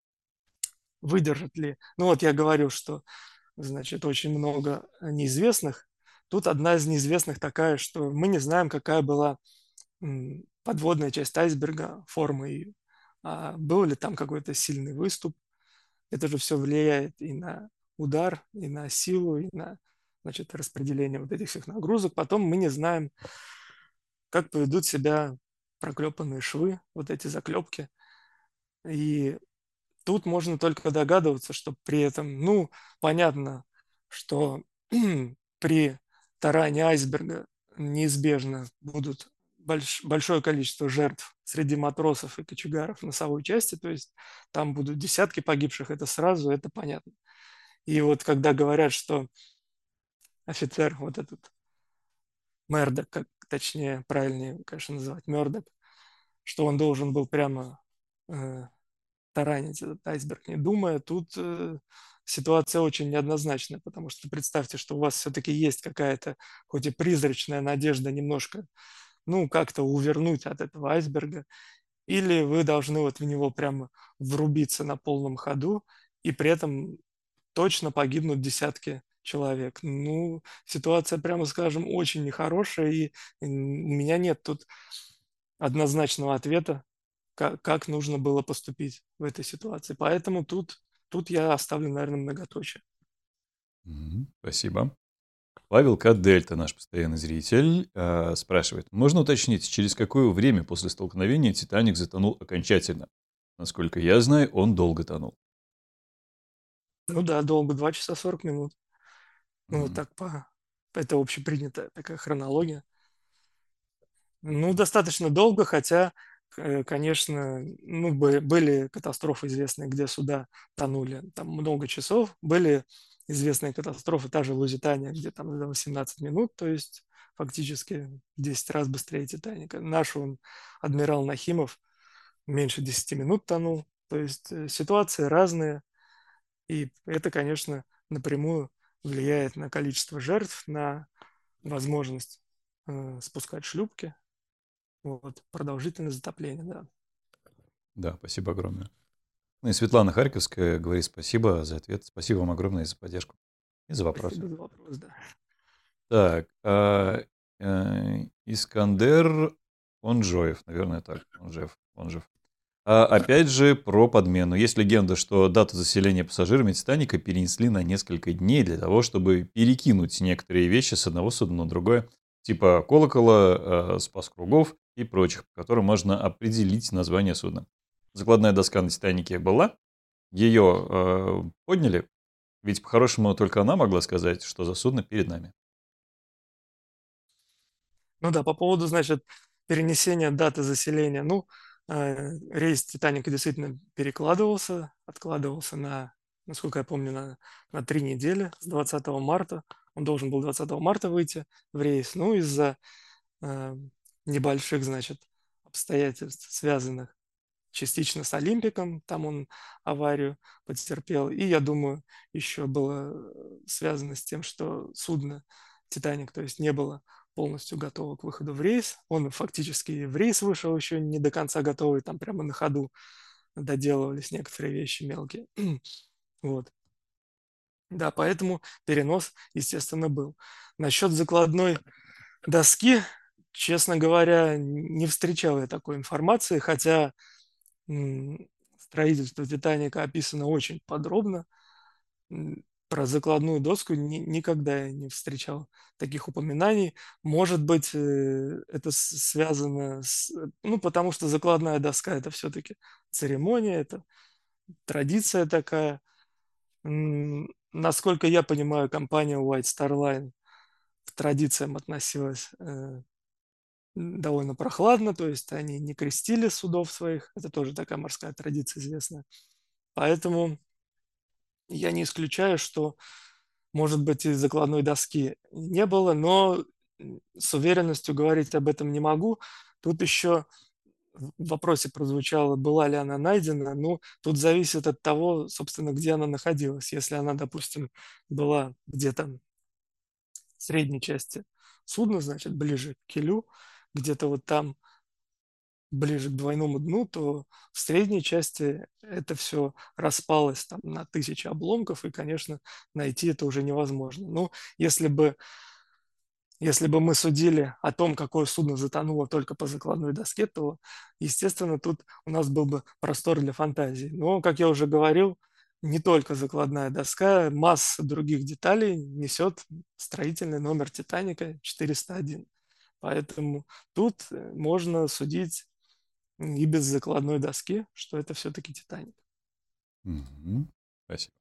выдержит ли. Ну вот я говорил, что, значит, очень много неизвестных. Тут одна из неизвестных такая, что мы не знаем, какая была подводная часть айсберга, форма ее. А был ли там какой-то сильный выступ. Это же все влияет и на удар, и на силу, и на, значит, распределение вот этих всех нагрузок. Потом мы не знаем, как поведут себя проклепанные швы, вот эти заклепки. И тут можно только догадываться, что при этом, ну, понятно, что при таране айсберга неизбежно будут большое количество жертв среди матросов и кочегаров носовой части, то есть там будут десятки погибших, это сразу, это понятно. И вот когда говорят, что офицер, вот этот Мердок, как точнее, правильнее, конечно, называть Мердок, что он должен был прямо э, таранить этот айсберг, не думая, тут ситуация очень неоднозначная, потому что представьте, что у вас все-таки есть какая-то, хоть и призрачная надежда немножко, ну, как-то увернуть от этого айсберга, или вы должны вот в него прямо врубиться на полном ходу, и при этом точно погибнут десятки человек. Ну, ситуация, прямо скажем, очень нехорошая, и у меня нет тут однозначного ответа, как нужно было поступить в этой ситуации. Поэтому тут я оставлю, наверное, многоточие. Спасибо. Павел К. Дельта, наш постоянный зритель, спрашивает. Можно уточнить, через какое время после столкновения «Титаник» затонул окончательно? Насколько я знаю, он долго тонул. Ну да, долго, 2 часа 40 минут. Ну, вот Мгм. так это общепринятая такая хронология. Ну, достаточно долго, хотя, конечно, ну, были катастрофы известные, где суда тонули там много часов. Были известные катастрофы, та же Лузитания, где там за 18 минут, то есть фактически в 10 раз быстрее Титаника. Наш он, адмирал Нахимов, меньше 10 минут тонул. То есть ситуации разные, и это, конечно, напрямую влияет на количество жертв, на возможность спускать шлюпки. Вот, продолжительность затопления, да. Да, спасибо огромное. Ну и Светлана Харьковская говорит спасибо за ответ. Спасибо вам огромное за поддержку и за вопросы. Спасибо за вопрос, да. Так, Искандер Онжоев, наверное, так, Онжев. Опять же, про подмену. Есть легенда, что дату заселения пассажирами «Титаника» перенесли на несколько дней для того, чтобы перекинуть некоторые вещи с одного судна на другое, типа колокола, спас кругов и прочих, по которым можно определить название судна. Закладная доска на «Титанике» была, ее подняли, ведь по-хорошему только она могла сказать, что за судно перед нами. Ну да, по поводу, значит, перенесения даты заселения. Ну, рейс «Титаника» действительно перекладывался, откладывался насколько я помню, на 3 недели с 20 марта. Он должен был 20 марта выйти в рейс. Ну, из-за э, небольших, значит, обстоятельств, связанных частично с Олимпиком, там он аварию потерпел. И, я думаю, еще было связано с тем, что судно «Титаник», то есть не было полностью готово к выходу в рейс. Он фактически в рейс вышел еще не до конца готовый, там прямо на ходу доделывались некоторые вещи мелкие. Вот. Да, поэтому перенос, естественно, был. Насчет закладной доски, честно говоря, не встречал я такой информации, хотя строительство «Титаника» описано очень подробно. Про закладную доску никогда я не встречал таких упоминаний. Может быть, это связано ну, потому что закладная доска – это все-таки церемония, это традиция такая. Насколько я понимаю, компания White Star Line к традициям относилась довольно прохладно, то есть они не крестили судов своих. Это тоже такая морская традиция известная. Поэтому я не исключаю, что, может быть, и закладной доски не было, но с уверенностью говорить об этом не могу. Тут еще в вопросе прозвучало, была ли она найдена. Ну, тут зависит от того, собственно, где она находилась. Если она, допустим, была где-то в средней части судна, значит, ближе к килю, где-то вот там ближе к двойному дну, то в средней части это все распалось там на тысячи обломков, и, конечно, найти это уже невозможно. Ну, если бы мы судили о том, какое судно затонуло только по закладной доске, то, естественно, тут у нас был бы простор для фантазии. Но, как я уже говорил, не только закладная доска, масса других деталей несет строительный номер «Титаника» 401. Поэтому тут можно судить и без закладной доски, что это все-таки «Титаник». Мгм. Спасибо.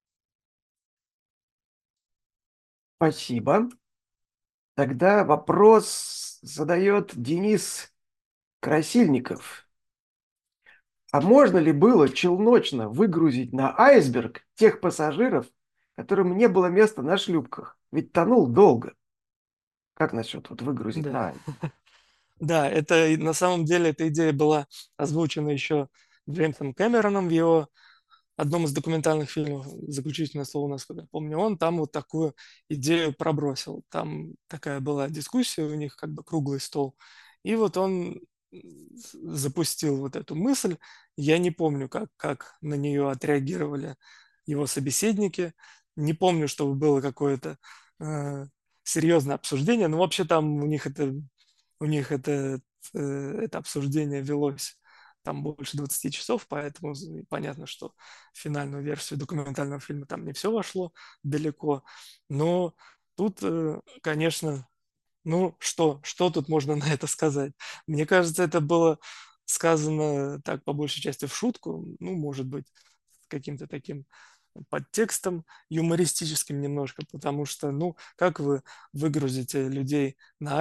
Спасибо. Тогда вопрос задает Денис Красильников. А можно ли было челночно выгрузить на айсберг тех пассажиров, которым не было места на шлюпках? Ведь тонул долго. Как насчет вот выгрузить Да. на айсберг? Да, на самом деле эта идея была озвучена еще Джеймсом Кэмероном в его одном из документальных фильмов, заключительное слово у нас, как я помню, он там вот такую идею пробросил. Там такая была дискуссия, у них как бы круглый стол. И вот он запустил вот эту мысль. Я не помню, как на нее отреагировали его собеседники. Не помню, чтобы было какое-то э, серьезное обсуждение. Но вообще там у них это обсуждение велось там больше 20 часов, поэтому понятно, что в финальную версию документального фильма там не все вошло далеко. Но тут, конечно, ну что тут можно на это сказать? Мне кажется, это было сказано так по большей части в шутку, ну, может быть, с каким-то таким подтекстом юмористическим немножко, потому что, ну, как вы выгрузите людей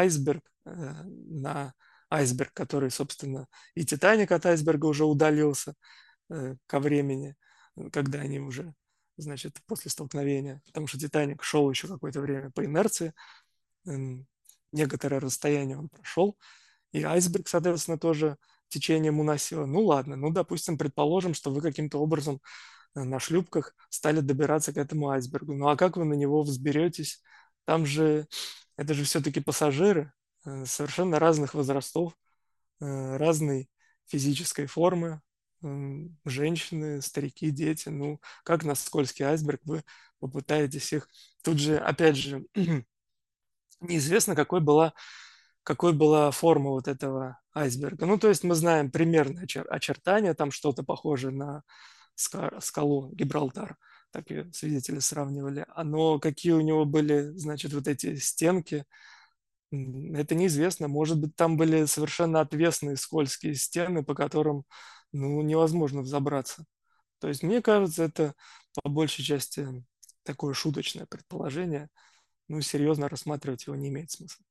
на айсберг, который, собственно, и Титаник от айсберга уже удалился ко времени, когда они уже, значит, после столкновения, потому что Титаник шел еще какое-то время по инерции, м, некоторое расстояние он прошел, и айсберг, соответственно, тоже течением уносило. Ну ладно, ну, допустим, предположим, что вы каким-то образом на шлюпках стали добираться к этому айсбергу. Ну а как вы на него взберетесь? Там же, это же все-таки пассажиры совершенно разных возрастов, разной физической формы, женщины, старики, дети. Ну, как на скользкий айсберг вы попытаетесь их... Тут же, опять же, неизвестно, какой была форма вот этого айсберга. Ну, то есть мы знаем примерные очертания, там что-то похожее на скалу Гибралтар, так и свидетели сравнивали. Но какие у него были, значит, вот эти стенки, это неизвестно. Может быть, там были совершенно отвесные скользкие стены, по которым, ну, невозможно взобраться. То есть, мне кажется, это по большей части такое шуточное предположение. Ну, серьезно рассматривать его не имеет смысла.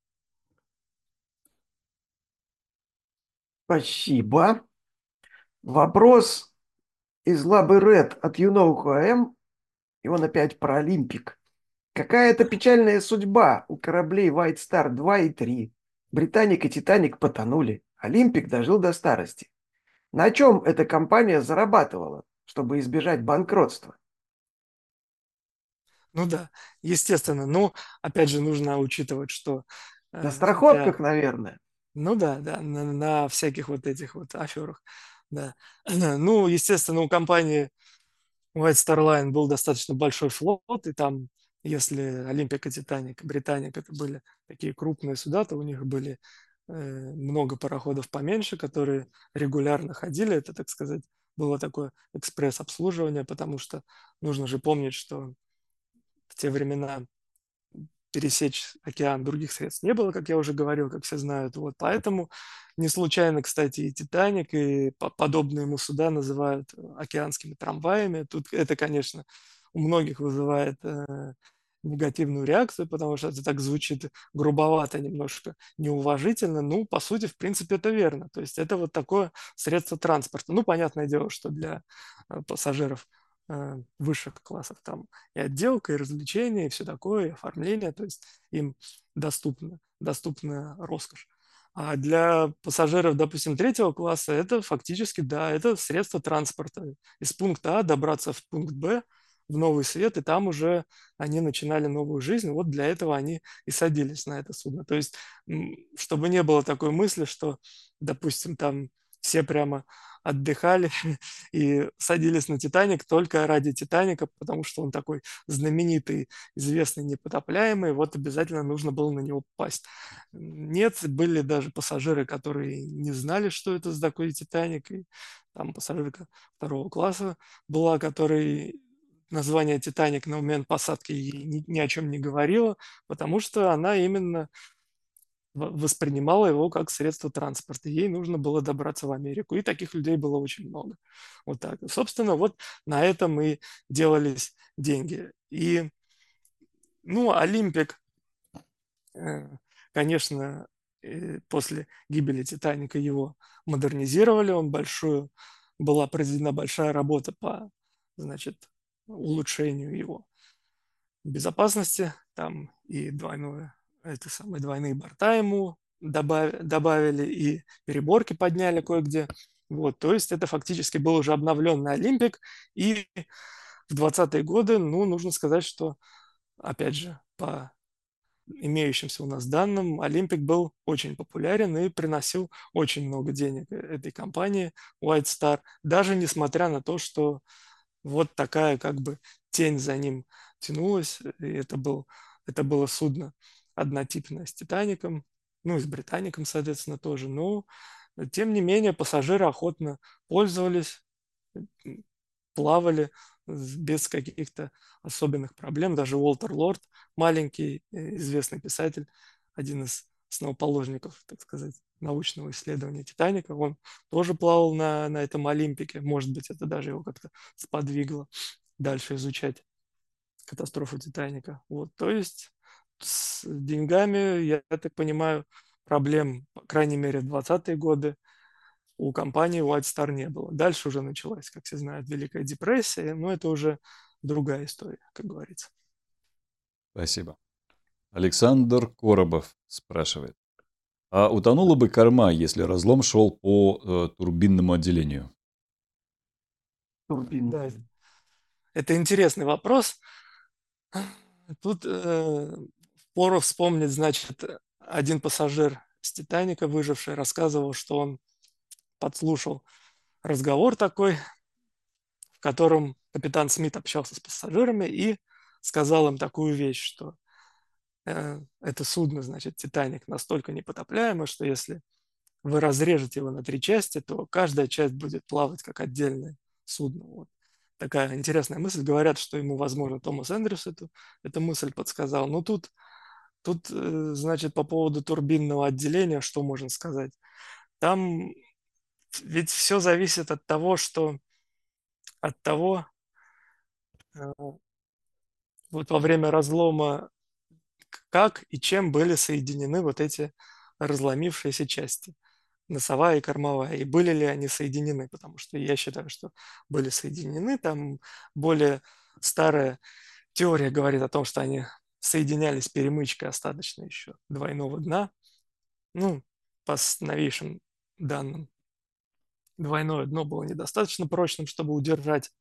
Спасибо. Вопрос из Лабы Ред от ЮНОУХМ, и он опять про Олимпик. Какая это печальная судьба у кораблей White Star 2 и 3. Британик и Титаник потонули. Олимпик дожил до старости. На чем эта компания зарабатывала, чтобы избежать банкротства? Ну да, естественно. Ну, опять же, нужно учитывать, что На для... страховках, наверное. Ну да, да, на всяких вот этих вот аферах, да. Ну, естественно, у компании White Star Line был достаточно большой флот, и там, если Олимпик и Титаник, Британик, это были такие крупные суда, то у них были много пароходов поменьше, которые регулярно ходили. Это, так сказать, было такое экспресс-обслуживание, потому что нужно же помнить, что в те времена пересечь океан других средств не было, как я уже говорил, как все знают. Вот. Поэтому не случайно, кстати, и «Титаник», и подобные ему суда называют океанскими трамваями. Тут это, конечно, у многих вызывает негативную реакцию, потому что это так звучит грубовато, немножко неуважительно. Ну, по сути, в принципе, это верно. То есть это вот такое средство транспорта. Ну, понятное дело, что для пассажиров высших классов там и отделка, и развлечения, и все такое, и оформление, то есть им доступна роскошь. А для пассажиров, допустим, третьего класса, это фактически, да, это средство транспорта. Из пункта А добраться в пункт Б, в новый свет, и там уже они начинали новую жизнь. Вот для этого они и садились на это судно. То есть, чтобы не было такой мысли, что, допустим, там все прямо отдыхали и садились на «Титаник» только ради «Титаника», потому что он такой знаменитый, известный, непотопляемый, вот обязательно нужно было на него попасть. Нет, были даже пассажиры, которые не знали, что это за такой «Титаник», и там пассажирка второго класса была, который название «Титаник» на момент посадки ей ни о чем не говорила, потому что она именно воспринимала его как средство транспорта. Ей нужно было добраться в Америку. И таких людей было очень много. Вот так. Собственно, вот на этом и делались деньги. И, ну, Олимпик, э, конечно, после гибели Титаника его модернизировали. Была произведена большая работа по, значит, улучшению его безопасности, там и двойные борта ему добавили, и переборки подняли кое-где. Вот, то есть это фактически был уже обновленный Олимпик, и в 20-е годы, ну, нужно сказать, что, опять же, по имеющимся у нас данным, Олимпик был очень популярен и приносил очень много денег этой компании White Star, даже несмотря на то, что вот такая как бы тень за ним тянулась. И это было судно однотипное с «Титаником», ну и с «Британиком», соответственно, тоже. Но Тем не менее, пассажиры охотно пользовались, плавали без каких-то особенных проблем. Даже Уолтер Лорд, маленький известный писатель, один из основоположников, так сказать, научного исследования «Титаника», он тоже плавал на этом Олимпике. Может быть, это даже его как-то сподвигло дальше изучать катастрофу «Титаника». Вот, то есть с деньгами, я так понимаю, проблем, по крайней мере, в 20-е годы у компании White Star не было. Дальше уже началась, как все знают, Великая депрессия, но это уже другая история, как говорится. Спасибо. Александр Коробов спрашивает. А утонула бы корма, если разлом шел по турбинному отделению? Турбин. Да, это интересный вопрос. Тут впору вспомнить, значит, один пассажир с «Титаника», выживший, рассказывал, что он подслушал разговор такой, в котором капитан Смит общался с пассажирами и сказал им такую вещь, что это судно, значит, «Титаник», настолько непотопляемо, что если вы разрежете его на 3 части, то каждая часть будет плавать как отдельное судно. Вот. Такая интересная мысль. Говорят, что ему, возможно, Томас Эндрюс эту мысль подсказал. Но тут, значит, по поводу турбинного отделения, что можно сказать? Там ведь все зависит от того, от того, э, вот во время разлома, как и чем были соединены вот эти разломившиеся части, носовая и кормовая, и были ли они соединены, потому что я считаю, что были соединены. Там более старая теория говорит о том, что они соединялись перемычкой остаточной еще двойного дна. Ну, по новейшим данным, двойное дно было недостаточно прочным, чтобы удержать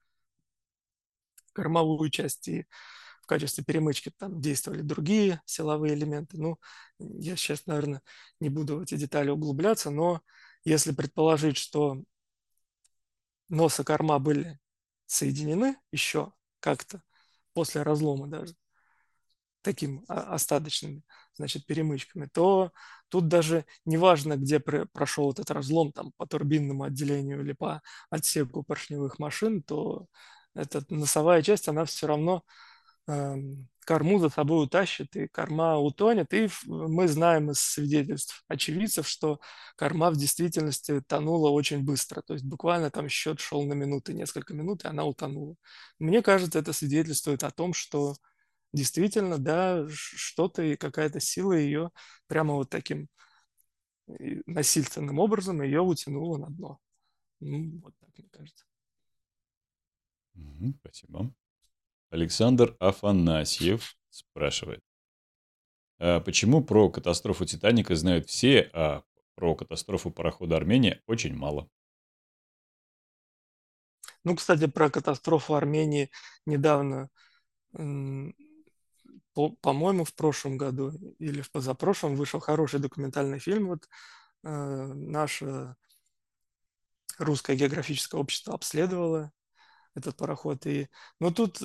кормовую часть, и в качестве перемычки там действовали другие силовые элементы. Ну, я сейчас, наверное, не буду в эти детали углубляться, но если предположить, что нос и корма были соединены еще как-то после разлома даже, таким остаточными, значит, перемычками, то тут даже не важно, где прошел этот разлом, там, по турбинному отделению или по отсеку поршневых машин, то эта носовая часть, она все равно корму за собой утащит, и корма утонет. И мы знаем из свидетельств очевидцев, что корма в действительности тонула очень быстро. То есть буквально там счет шел на минуты, несколько минут, и она утонула. Мне кажется, это свидетельствует о том, что действительно, да, что-то и какая-то сила ее прямо вот таким насильственным образом ее утянула на дно. Ну, вот так, мне кажется. Спасибо. Александр Афанасьев спрашивает. А почему про катастрофу «Титаника» знают все, а про катастрофу парохода «Армения» очень мало? Ну, кстати, про катастрофу Армении недавно, по-моему, в прошлом году или в позапрошлом вышел хороший документальный фильм. Вот наше русское географическое общество обследовало этот пароход. Но тут,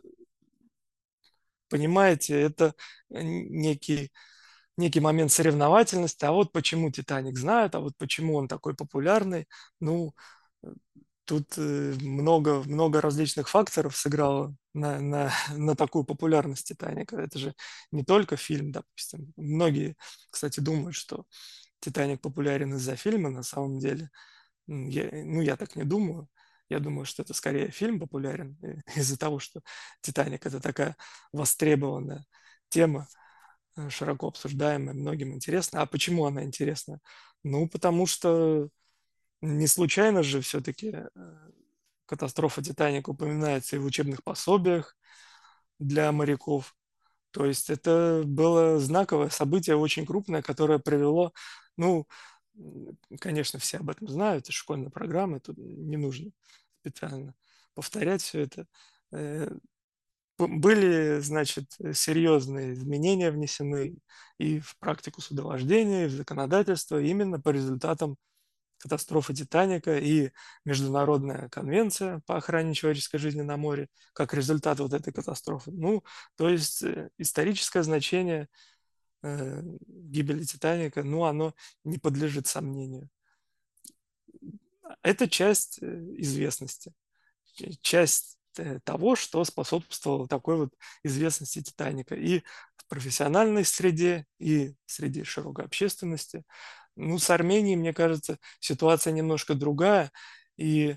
понимаете, это некий момент соревновательности. А вот почему «Титаник» знают, а вот почему он такой популярный. Ну, тут много различных факторов сыграло на такую популярность «Титаника». Это же не только фильм, допустим. Многие, кстати, думают, что «Титаник» популярен из-за фильма. На самом деле, я так не думаю. Я думаю, что это скорее фильм популярен из-за того, что «Титаник» — это такая востребованная тема, широко обсуждаемая, многим интересна. А почему она интересна? Ну, потому что не случайно же все-таки катастрофа «Титаника» упоминается и в учебных пособиях для моряков. То есть это было знаковое событие, очень крупное, которое привело, ну, конечно, все об этом знают, из школьной программы, тут не нужно специально повторять все это. Были, значит, серьезные изменения внесены и в практику судовождения, и в законодательство именно по результатам катастрофы «Титаника» и Международная конвенция по охране человеческой жизни на море как результат вот этой катастрофы. Ну, то есть историческое значение гибели «Титаника», ну, оно не подлежит сомнению. это часть известности, часть того, что способствовало такой вот известности «Титаника» и в профессиональной среде, и среди широкой общественности. Ну, с Арменией, мне кажется, ситуация немножко другая, и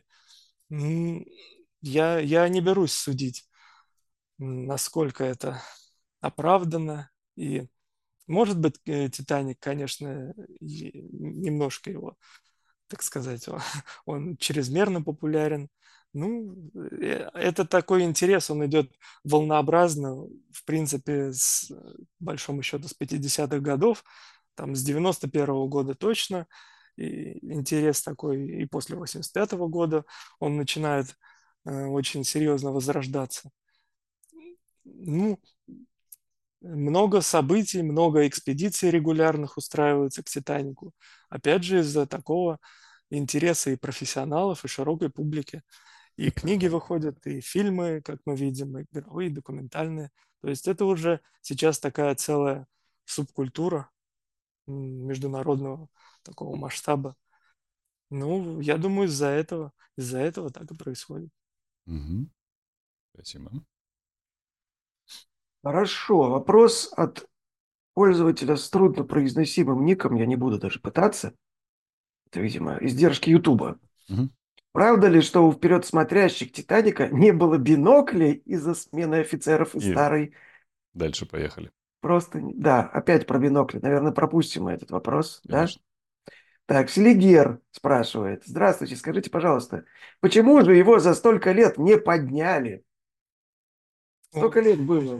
я не берусь судить, насколько это оправдано. И, может быть, «Титаник», конечно, немножко его, так сказать, он чрезмерно популярен. Ну, это такой интерес, он идет волнообразно, в принципе, большому счету, с 50-х годов, там, с 91-го года точно, и интерес такой и после 85-го года он начинает очень серьезно возрождаться. Ну, много событий, много экспедиций регулярных устраиваются к «Титанику». Опять же, из-за такого интереса и профессионалов, и широкой публики. И книги выходят, и фильмы, как мы видим, и игровые, и документальные. То есть это уже сейчас такая целая субкультура международного такого масштаба. Ну, я думаю, из-за этого так и происходит. Мгм. Спасибо. Хорошо. Вопрос от пользователя с труднопроизносимым ником. Я не буду даже пытаться. Это, видимо, издержки Ютуба. Мгм. Правда ли, что у вперед смотрящих «Титаника» не было биноклей из-за смены офицеров и И старой? дальше поехали. Просто, да, опять про бинокли. Наверное, пропустим мы этот вопрос, да? Конечно. Так, Селигер спрашивает. Здравствуйте, скажите, пожалуйста, почему же его за столько лет не подняли? Столько Ой, лет было.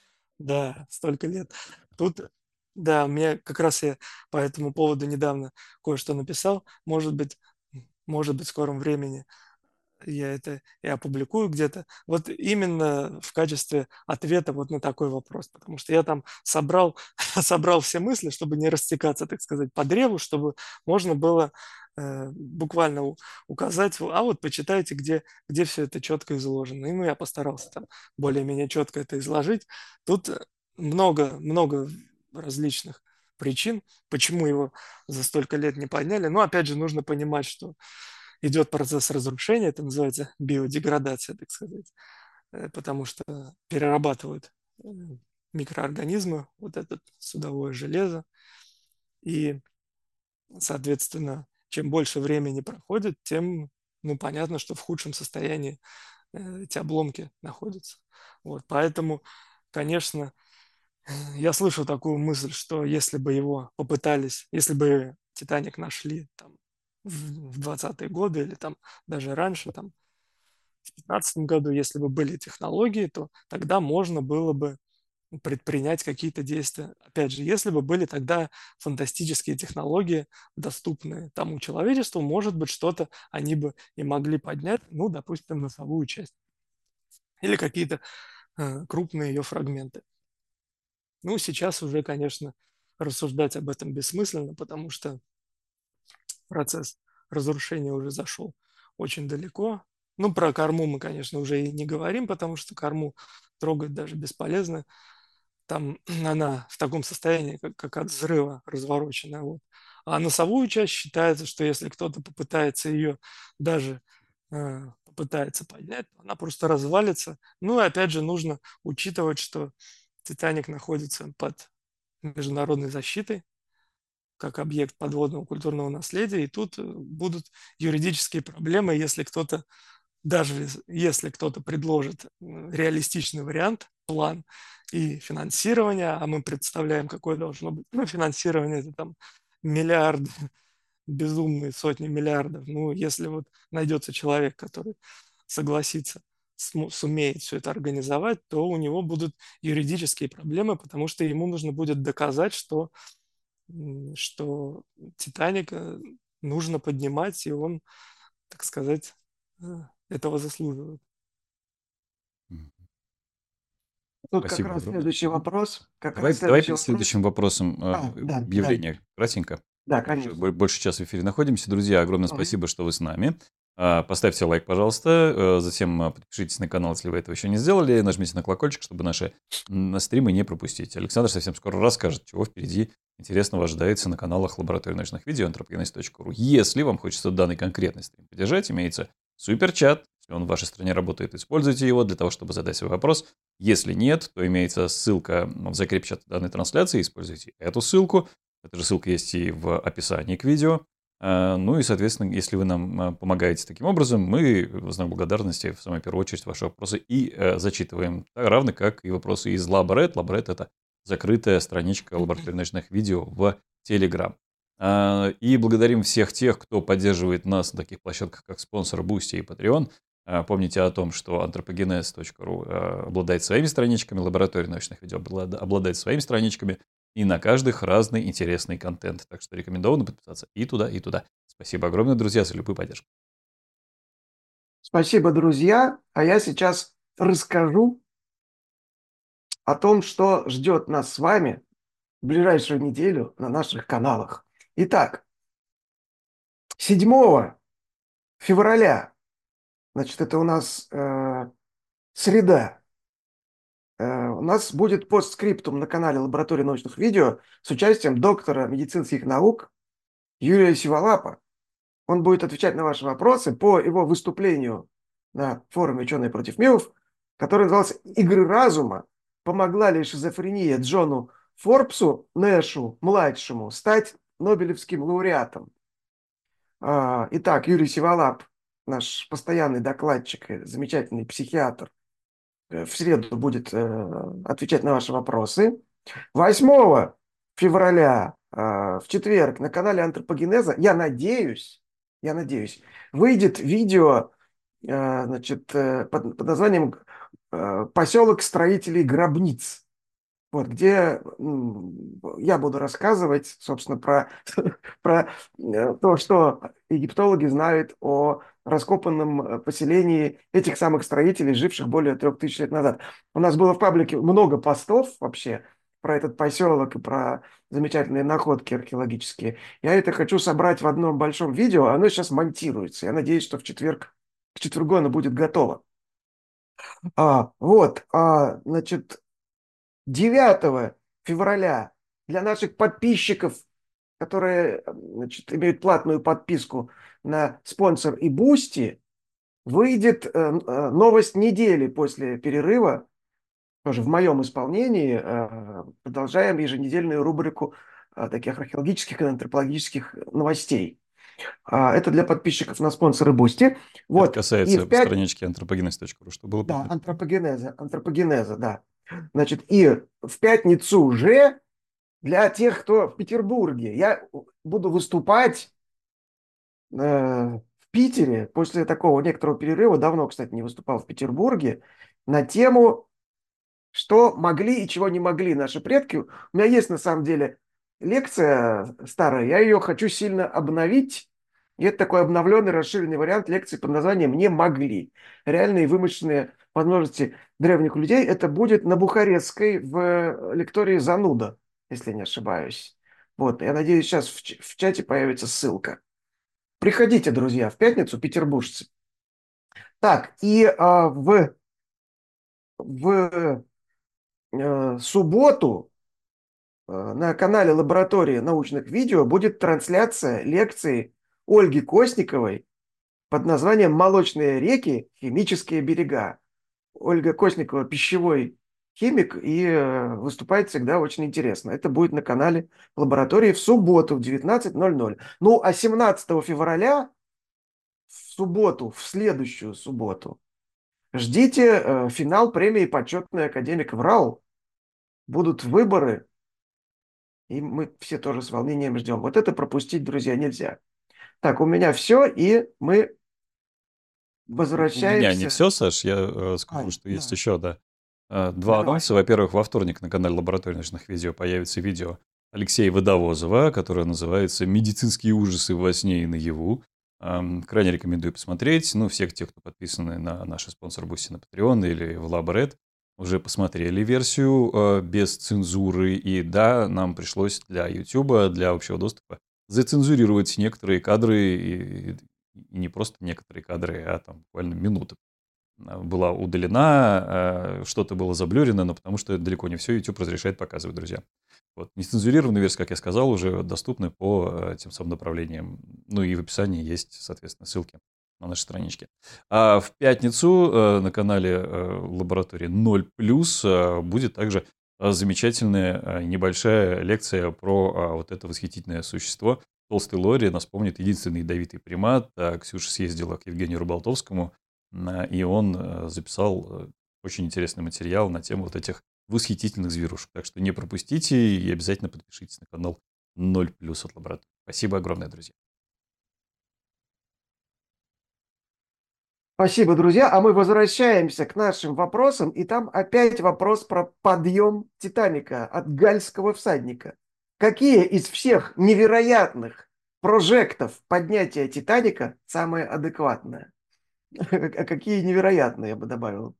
да, столько лет. Тут, да, мне как раз я по этому поводу недавно кое-что написал. Может быть, в скором времени я это и опубликую где-то. Вот именно в качестве ответа вот на такой вопрос. Потому что я там собрал, собрал все мысли, чтобы не растекаться, так сказать, по древу, чтобы можно было буквально указать, а вот почитайте, где все это четко изложено. И ну, я постарался там более-менее четко это изложить. Тут много различных причин, почему его за столько лет не подняли. Но опять же нужно понимать, что идет процесс разрушения, это называется биодеградация, так сказать, потому что перерабатывают микроорганизмы, вот это судовое железо, и, соответственно, чем больше времени проходит, тем, ну, понятно, что в худшем состоянии эти обломки находятся. Вот, поэтому, конечно, я слышу такую мысль, что если бы его попытались, если бы «Титаник» нашли там в 20-е годы или там даже раньше, там в 2015 году, если бы были технологии, то тогда можно было бы предпринять какие-то действия. Опять же, если бы были тогда фантастические технологии, доступные тому человечеству, может быть, что-то они бы и могли поднять, ну, допустим, носовую часть или какие-то крупные ее фрагменты. Ну, сейчас уже, конечно, рассуждать об этом бессмысленно, потому что процесс разрушения уже зашел очень далеко. Ну, про корму мы, конечно, уже и не говорим, потому что корму трогать даже бесполезно. Там она в таком состоянии, как от взрыва развороченная. Вот. А носовую часть считается, что если кто-то попытается ее даже попытается поднять, она просто развалится. Ну и опять же нужно учитывать, что «Титаник» находится под международной защитой, как объект подводного культурного наследия, и тут будут юридические проблемы, если кто-то, даже если кто-то предложит реалистичный вариант, план и финансирование, а мы представляем, какое должно быть, ну, финансирование это там миллиарды, безумные сотни миллиардов, ну, если вот найдется человек, который согласится, сумеет все это организовать, то у него будут юридические проблемы, потому что ему нужно будет доказать, что «Титаник» нужно поднимать, и он, так сказать, этого заслуживает. Мгм. Тут как Спасибо раз огромное. следующий вопрос. Как Давай, раз давай следующий перед вопрос. следующим вопросом Да, объявление кратенько. да, Уже конечно. больше часа в эфире находимся. Друзья, огромное Мгм. спасибо, что вы с нами. Поставьте лайк, пожалуйста. Затем подпишитесь на канал, если вы этого еще не сделали. Нажмите на колокольчик, чтобы наши стримы не пропустить. Александр совсем скоро расскажет, чего впереди интересного ожидается на каналах Лаборатории научных видео anthropogenesis.ru. Если вам хочется данный конкретный стрим поддержать, имеется суперчат. Если он в вашей стране работает, используйте его для того, чтобы задать свой вопрос. Если нет, то имеется ссылка в закрепе данной трансляции. Используйте эту ссылку. Эта же ссылка есть и в описании к видео. Ну и, соответственно, если вы нам помогаете таким образом, мы в знак благодарности, в самую первую очередь, ваши вопросы и зачитываем. Равно как и вопросы из Лаборет. Лаборет — это закрытая страничка лаборатории научных видео в Telegram. И благодарим всех тех, кто поддерживает нас на таких площадках, как спонсор Boosty и Patreon. Помните о том, что anthropogenesis.ru обладает своими страничками, лаборатория научных видео обладает своими страничками, и на каждых разный интересный контент. Так что рекомендовано подписаться и туда, и туда. Спасибо огромное, друзья, за любую поддержку. Спасибо, друзья. А я сейчас расскажу о том, что ждет нас с вами в ближайшую неделю на наших каналах. Итак, 7 февраля, значит, это у нас среда, у нас будет постскриптум на канале Лаборатории научных видео с участием доктора медицинских наук Юрия Сиволапа. Он будет отвечать на ваши вопросы по его выступлению на форуме «Ученые против мифов», который назывался «Игры разума. Помогла ли шизофрения Джону Форбсу Нэшу младшему стать Нобелевским лауреатом?» Итак, Юрий Сиволап, наш постоянный докладчик, замечательный психиатр, в среду будет отвечать на ваши вопросы. 8 февраля, в четверг, на канале Антропогенеза, я надеюсь, выйдет видео, значит, под названием «Поселок строителей гробниц». Вот, где я буду рассказывать, собственно, про то, что египтологи знают о раскопанном поселении этих самых строителей, живших более 3000 лет назад. У нас было в паблике много постов вообще про этот поселок и про замечательные находки археологические. Я это хочу собрать в одном большом видео, оно сейчас монтируется. Я надеюсь, что к четвергу оно будет готово. Значит, 9 февраля для наших подписчиков, которые, значит, имеют платную подписку на спонсор и Boosty, выйдет новость недели после перерыва, тоже в моем исполнении. Продолжаем еженедельную рубрику таких археологических и антропологических новостей. Это для подписчиков на спонсоры Boosty. Вот. Это касается странички anthropogenesis.ru, что было да, антропогенеза, да. Значит, и в пятницу уже для тех, кто в Петербурге, я буду выступать в Питере после такого некоторого перерыва, давно, кстати, не выступал в Петербурге, на тему, что могли и чего не могли наши предки. У меня есть, на самом деле, лекция старая, я ее хочу сильно обновить. И это такой обновленный, расширенный вариант лекции под названием «Не могли». Реальные вымышленные возможности древних людей. Это будет на Бухарестской в лектории «Зануда», если не ошибаюсь. Вот, я надеюсь, сейчас в чате появится ссылка. Приходите, друзья, в пятницу, петербуржцы. Так, и в субботу на канале Лаборатории научных видео будет трансляция лекции Ольги Косниковой под названием «Молочные реки. Химические берега». Ольга Косникова пищевой химик и выступает всегда очень интересно. Это будет на канале Лаборатории в субботу в 19:00. Ну, а 17 февраля, в субботу, в следующую субботу, ждите финал премии «Почетный академик ВРАУ». Будут выборы, и мы все тоже с волнением ждем. Вот это пропустить, друзья, нельзя. Так, у меня все, и мы возвращаемся. У меня не все, Саш, я скажу, что есть еще, да. Два анонса. Во-первых, во вторник на канале Лаборатории научных видео появится видео Алексея Водовозова, которое называется «Медицинские ужасы во сне и наяву». Крайне рекомендую посмотреть. Ну, всех тех, кто подписаны на наши спонсоры Boosty на Patreon или в Лаборет, уже посмотрели версию без цензуры. И да, нам пришлось для YouTube, для общего доступа зацензурировать некоторые кадры и не просто некоторые кадры, а там буквально минуты была удалена, что-то было заблюрено, но потому что далеко не все YouTube разрешает показывать, друзья. Вот. Нецензурированная версия, как я сказал, уже доступны по тем самым направлениям. Ну и в описании есть, соответственно, ссылки на нашей страничке. А в пятницу на канале лаборатории 0+, будет также замечательная небольшая лекция про вот это восхитительное существо. Толстый Лори нас помнит, единственный ядовитый примат. Ксюша съездила к Евгению Рубалтовскому, и он записал очень интересный материал на тему вот этих восхитительных зверушек. Так что не пропустите и обязательно подпишитесь на канал 0+ от лаборатории. Спасибо огромное, друзья. Спасибо, друзья. А мы возвращаемся к нашим вопросам. И там опять вопрос про подъем Титаника от гальского всадника. Какие из всех невероятных прожектов поднятия Титаника самые адекватные? А какие невероятные, я бы добавил.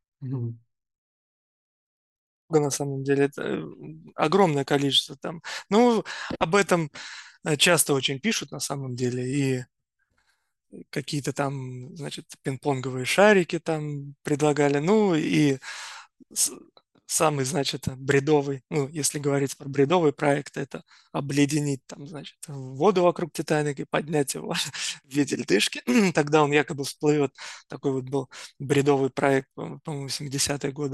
На самом деле это огромное количество там. Ну, об этом часто очень пишут на самом деле, и какие-то там, значит, пинг-понговые шарики там предлагали, ну, и с- самый, значит, бредовый, ну, если говорить про бредовый проект, это обледенить там, значит, воду вокруг Титаника и поднять его в виде льдышки. Тогда он якобы всплывет. Такой вот был бредовый проект, по-моему, 70-е годы.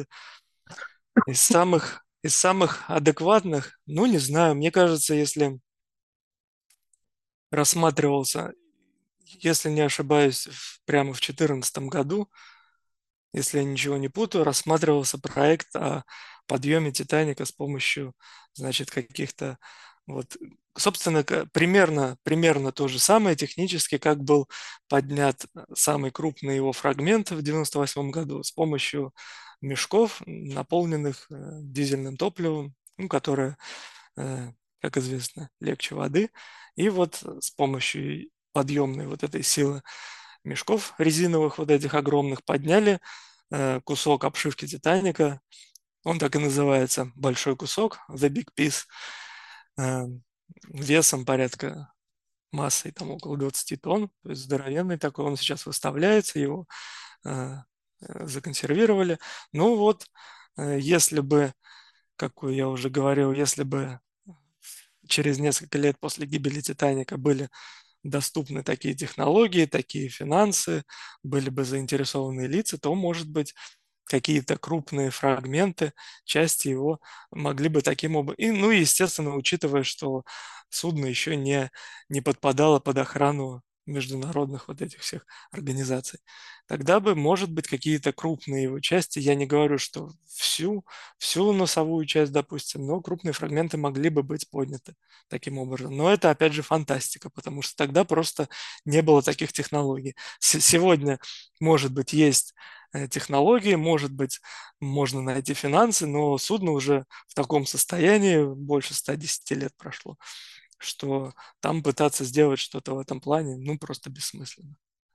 Из самых адекватных, ну, не знаю, мне кажется, если рассматривался, если не ошибаюсь, прямо в 2014 году, если я ничего не путаю, рассматривался проект о подъеме Титаника с помощью, значит, каких-то вот, собственно, примерно то же самое технически, как был поднят самый крупный его фрагмент в 98 году с помощью мешков, наполненных дизельным топливом, ну, которое, э, как известно, легче воды. И вот с помощью подъемной вот этой силы мешков резиновых вот этих огромных подняли кусок обшивки Титаника. Он так и называется, большой кусок, The Big Piece, э, весом порядка массой там около 20 тонн, то есть здоровенный такой. Он сейчас выставляется, его законсервировали. Ну вот, если бы, как я уже говорил, если бы через несколько лет после гибели Титаника были доступны такие технологии, такие финансы, были бы заинтересованные лица, то, может быть, какие-то крупные фрагменты, части его могли бы таким образом... И, ну, естественно, учитывая, что судно еще не подпадало под охрану международных вот этих всех организаций. Тогда бы, может быть, какие-то крупные его части, я не говорю, что всю носовую часть, допустим, но крупные фрагменты могли бы быть подняты таким образом. Но это, опять же, фантастика, потому что тогда просто не было таких технологий. Сегодня, может быть, есть технологии, может быть, можно найти финансы, но судно уже в таком состоянии, больше 110 лет прошло, что там пытаться сделать что-то в этом плане, ну, просто бессмысленно.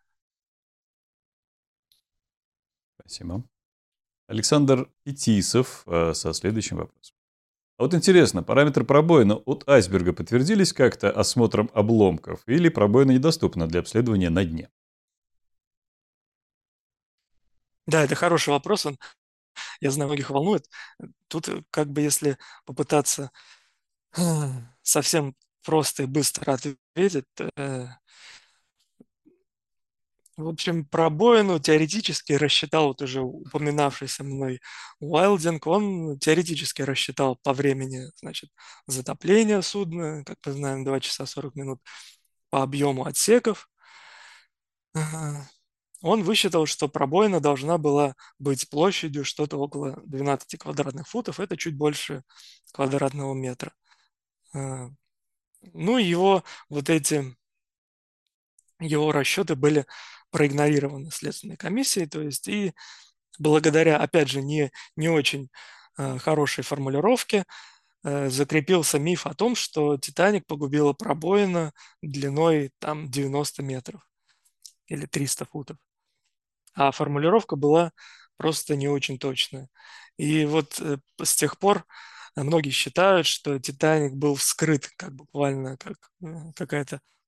Спасибо. Александр Итисов со следующим вопросом. А вот интересно, параметры пробоина от айсберга подтвердились как-то осмотром обломков или пробоина недоступна для обследования на дне? Да, это хороший вопрос, я знаю, многих волнует. Тут как бы если попытаться совсем просто и быстро ответить, в общем, пробоину теоретически рассчитал вот уже упоминавшийся мной Уайлдинг, он теоретически рассчитал по времени, значит, затопления судна, как мы знаем, 2 часа 40 минут, по объему отсеков. Ага. Он высчитал, что пробоина должна была быть площадью что-то около 12 квадратных футов, это чуть больше квадратного метра. Ну, вот эти его расчеты были проигнорированы Следственной комиссией, то есть и благодаря, опять же, не очень хорошей формулировке закрепился миф о том, что Титаник погубила пробоина длиной там 90 метров или 300 футов. А формулировка была просто не очень точная. И вот с тех пор многие считают, что Титаник был вскрыт, как буквально как какая-то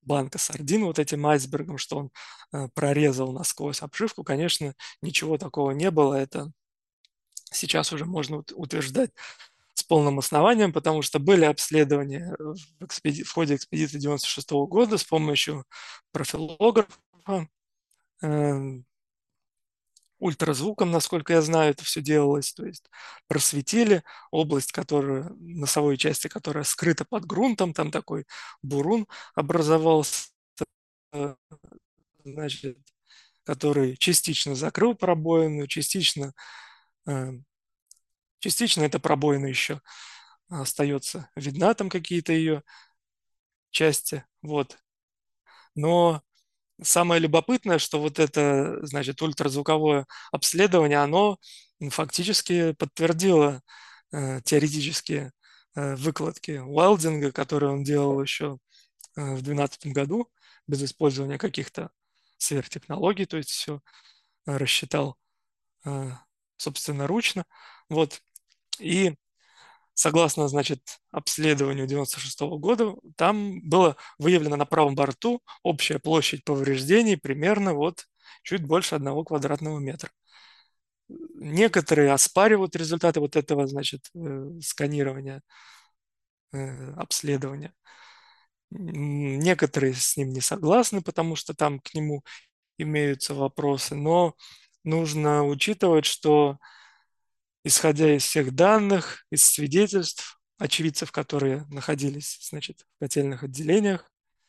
банка сардин вот этим айсбергом, что он прорезал насквозь обшивку, конечно, ничего такого не было. Это сейчас уже можно утверждать с полным основанием, потому что были обследования в ходе экспедиции 96 года с помощью профилографа, э, ультразвуком, насколько я знаю, это все делалось, то есть просветили область, которая, носовой части, которая скрыта под грунтом, там такой бурун образовался, э, значит, который частично закрыл пробоину, э, частично эта пробоина еще остается видна, там какие-то ее части, вот. Но самое любопытное, что вот это, значит, ультразвуковое обследование, оно фактически подтвердило теоретические выкладки Уайлдинга, которые он делал еще в 2012 году, без использования каких-то сверхтехнологий, то есть все рассчитал э, собственноручно. Вот. И согласно, значит, обследованию 96 года, там было выявлено на правом борту общая площадь повреждений примерно вот чуть больше 1 квадратного метра. Некоторые оспаривают результаты вот этого, значит, сканирования, обследования. Некоторые с ним не согласны, потому что там к нему имеются вопросы, но нужно учитывать, что исходя из всех данных, из свидетельств очевидцев, которые находились, значит, в котельных отделениях,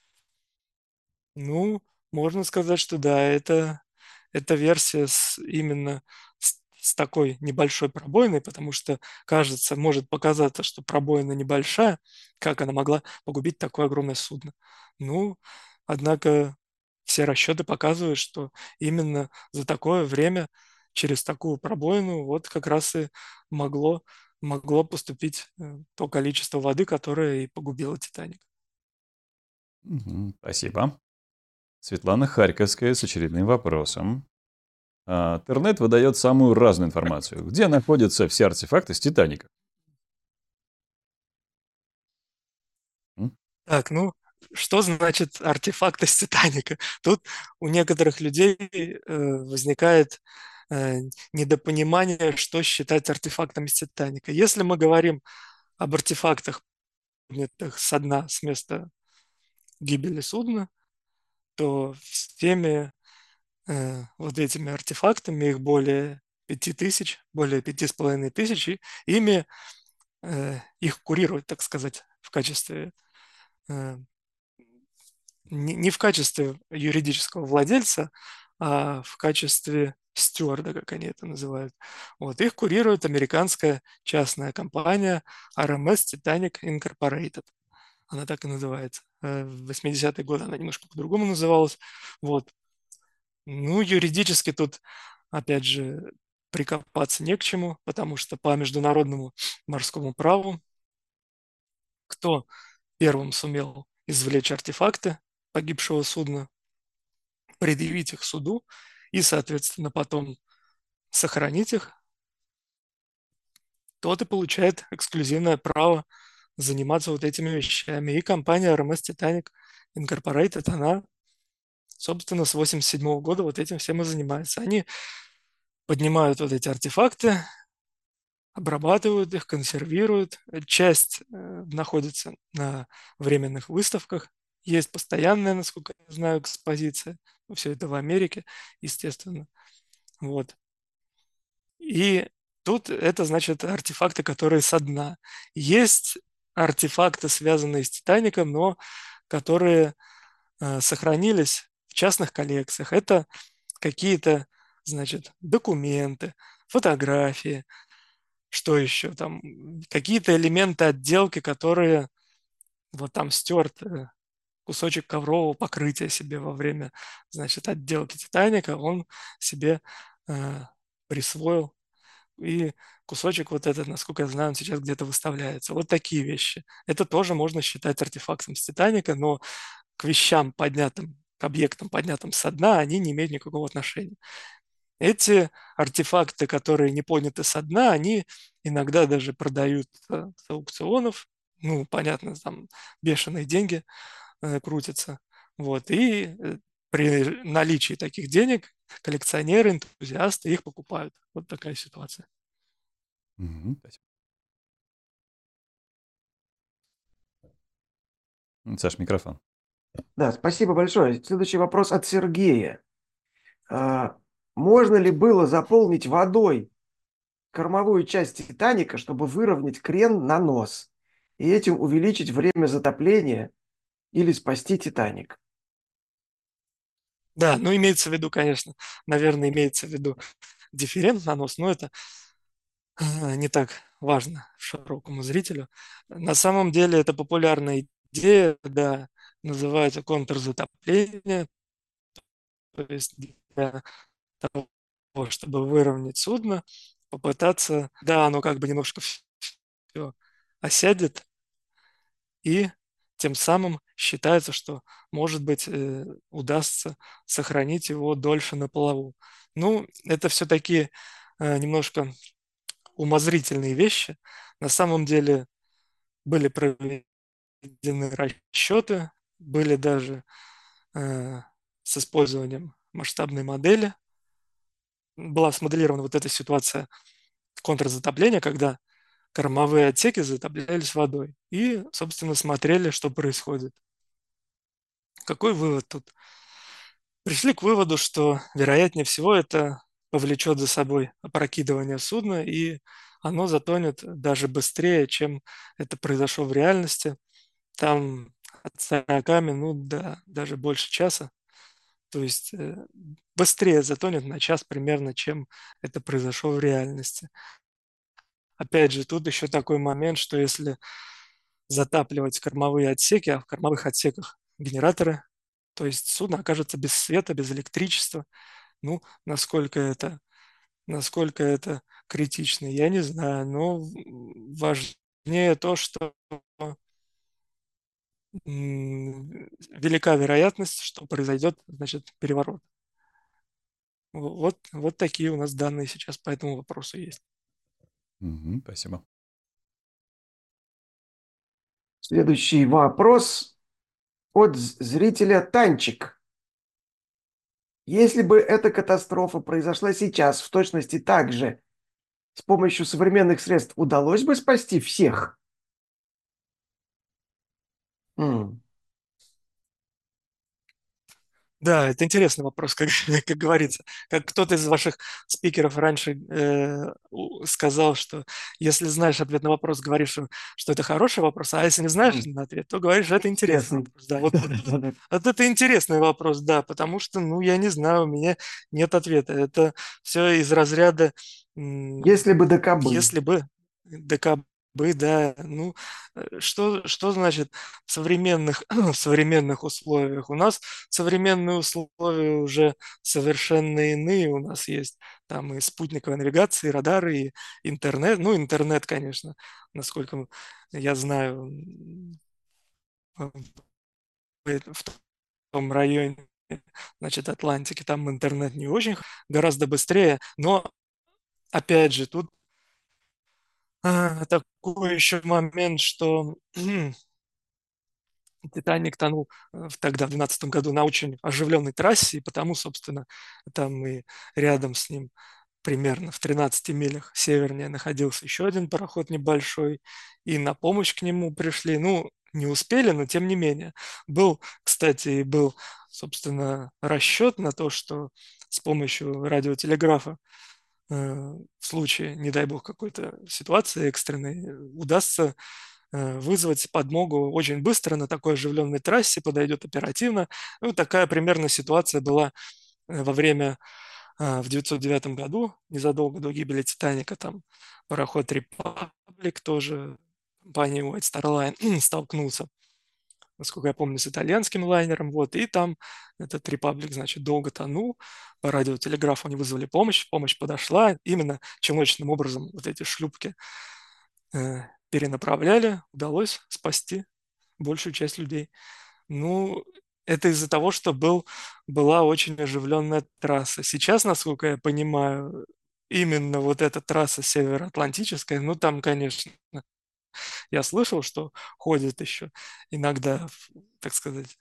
ну, можно сказать, что да, это версия именно с такой небольшой пробоиной, потому что, кажется, может показаться, что пробоина небольшая, как она могла погубить такое огромное судно. Ну, однако все расчеты показывают, что именно за такое время через такую пробоину вот как раз и могло, могло поступить то количество воды, которое и погубило «Титаник». Спасибо. Светлана Харьковская с очередным вопросом. Интернет выдает самую разную информацию. Где находятся все артефакты с «Титаника»? Так, ну, что значит артефакты с «Титаника»? Тут у некоторых людей возникает э, недопонимание, что считать артефактами с «Титаника». Если мы говорим об артефактах, поднятых со дна, с места гибели судна, то всеми вот этими артефактами, их более 5000, более 5500, и ими их курируют, так сказать, в качестве э, не в качестве юридического владельца, а в качестве стюарда, как они это называют. Вот их курирует американская частная компания RMS Titanic Incorporated. Она так и называется. В 80-е годы она немножко по-другому называлась. Вот. Ну, юридически тут, опять же, прикопаться не к чему, потому что по международному морскому праву кто первым сумел извлечь артефакты погибшего судна, предъявить их суду и, соответственно, потом сохранить их, тот и получает эксклюзивное право заниматься вот этими вещами. И компания RMS Titanic Incorporated, она, собственно, с 1987 года вот этим всем и занимается. Они поднимают вот эти артефакты, обрабатывают их, консервируют. Часть находится на временных выставках. Есть постоянная, насколько я знаю, экспозиция. Все это в Америке, естественно. Вот. И тут это значит артефакты, которые со дна. Есть артефакты, связанные с «Титаником», но которые сохранились в частных коллекциях. Это какие-то, значит, документы, фотографии, что еще там, какие-то элементы отделки, которые вот там стерт кусочек коврового покрытия себе во время, значит, отделки «Титаника», он себе присвоил. И кусочек вот этот, насколько я знаю, он сейчас где-то выставляется. Вот такие вещи. Это тоже можно считать артефактом с «Титаника», но к вещам, поднятым, к объектам, поднятым со дна, они не имеют никакого отношения. Эти артефакты, которые не подняты со дна, они иногда даже продают с аукционов. Ну, понятно, там бешеные деньги крутятся. Вот, и при наличии таких денег коллекционеры, энтузиасты их покупают. Вот такая ситуация. Спасибо. Саш, микрофон. Да, спасибо большое. Следующий вопрос от Сергея. А, Можно ли было заполнить водой кормовую часть Титаника, чтобы выровнять крен на нос и этим увеличить время затопления или спасти Титаник? Да, ну имеется в виду, конечно, наверное, имеется в виду дифферент на нос, но это не так важно широкому зрителю. На самом деле это популярная идея, да, называется контрзатопление, то есть для того, чтобы выровнять судно, попытаться, да, оно как бы немножко все осядет, и тем самым считается, что, может быть, удастся сохранить его дольше на плаву. Ну, это все-таки немножко умозрительные вещи. На самом деле были проведены расчеты, были даже э, с использованием масштабной модели. Была смоделирована вот эта ситуация контрзатопления, когда кормовые отсеки затоплялись водой и, собственно, смотрели, что происходит. Какой вывод тут? Пришли к выводу, что, вероятнее всего, это повлечет за собой опрокидывание судна, и оно затонет даже быстрее, чем это произошло в реальности. Там от 40 минут до даже больше часа. То есть быстрее затонет на час примерно, чем это произошло в реальности. Опять же, тут еще такой момент, что если затапливать кормовые отсеки, а в кормовых отсеках генераторы, то есть судно окажется без света, без электричества. Ну, насколько это критично, я не знаю, но важнее то, что велика вероятность, что произойдет, значит, переворот. Вот такие у нас данные сейчас по этому вопросу есть. Спасибо. Следующий вопрос от зрителя Танчик. Если бы эта катастрофа произошла сейчас, в точности так же, с помощью современных средств удалось бы спасти всех? М. Да, это интересный вопрос, как, как говорится. Как кто-то из ваших спикеров раньше сказал, что если знаешь ответ на вопрос, говоришь, что это хороший вопрос, а если не знаешь М. на ответ, то говоришь, что это интересный Интересный. вопрос. Да, вот, Да-да-да. вот это интересный вопрос, да, потому что, ну, я не знаю, у меня нет ответа. Это все из разряда, Если бы да кабы. если бы, ДКБ, да, ну, что значит в современных, в современных условиях? У нас современные условия уже совершенно иные. У нас есть там и спутниковая навигация, и радары, и интернет. Ну, интернет, конечно, насколько я знаю, в том районе, значит, Атлантики, там интернет не очень, гораздо быстрее, но опять же, тут такой еще момент, что Титаник тонул тогда, в 2012 году, на очень оживленной трассе, и потому, собственно, там и рядом с ним, примерно в 13 милях севернее, находился еще один пароход небольшой, и на помощь к нему пришли. Ну, не успели, но тем не менее. Был, кстати, и был, собственно, расчет на то, что с помощью радиотелеграфа в случае, не дай бог, какой-то ситуации экстренной, удастся вызвать подмогу очень быстро на такой оживленной трассе, подойдет оперативно. Ну, такая примерно ситуация была во время, в 909 году, незадолго до гибели Титаника, там пароход Republic, тоже компания White Star Line, столкнулся, насколько я помню, с итальянским лайнером, вот, и там этот Republic, значит, долго тонул, по радиотелеграфу они вызвали помощь подошла, именно челночным образом вот эти шлюпки перенаправляли, удалось спасти большую часть людей. Ну, это из-за того, что была очень оживленная трасса. Сейчас, насколько я понимаю, именно вот эта трасса североатлантическая, ну, там, конечно, я слышал, что ходят еще иногда, так сказать,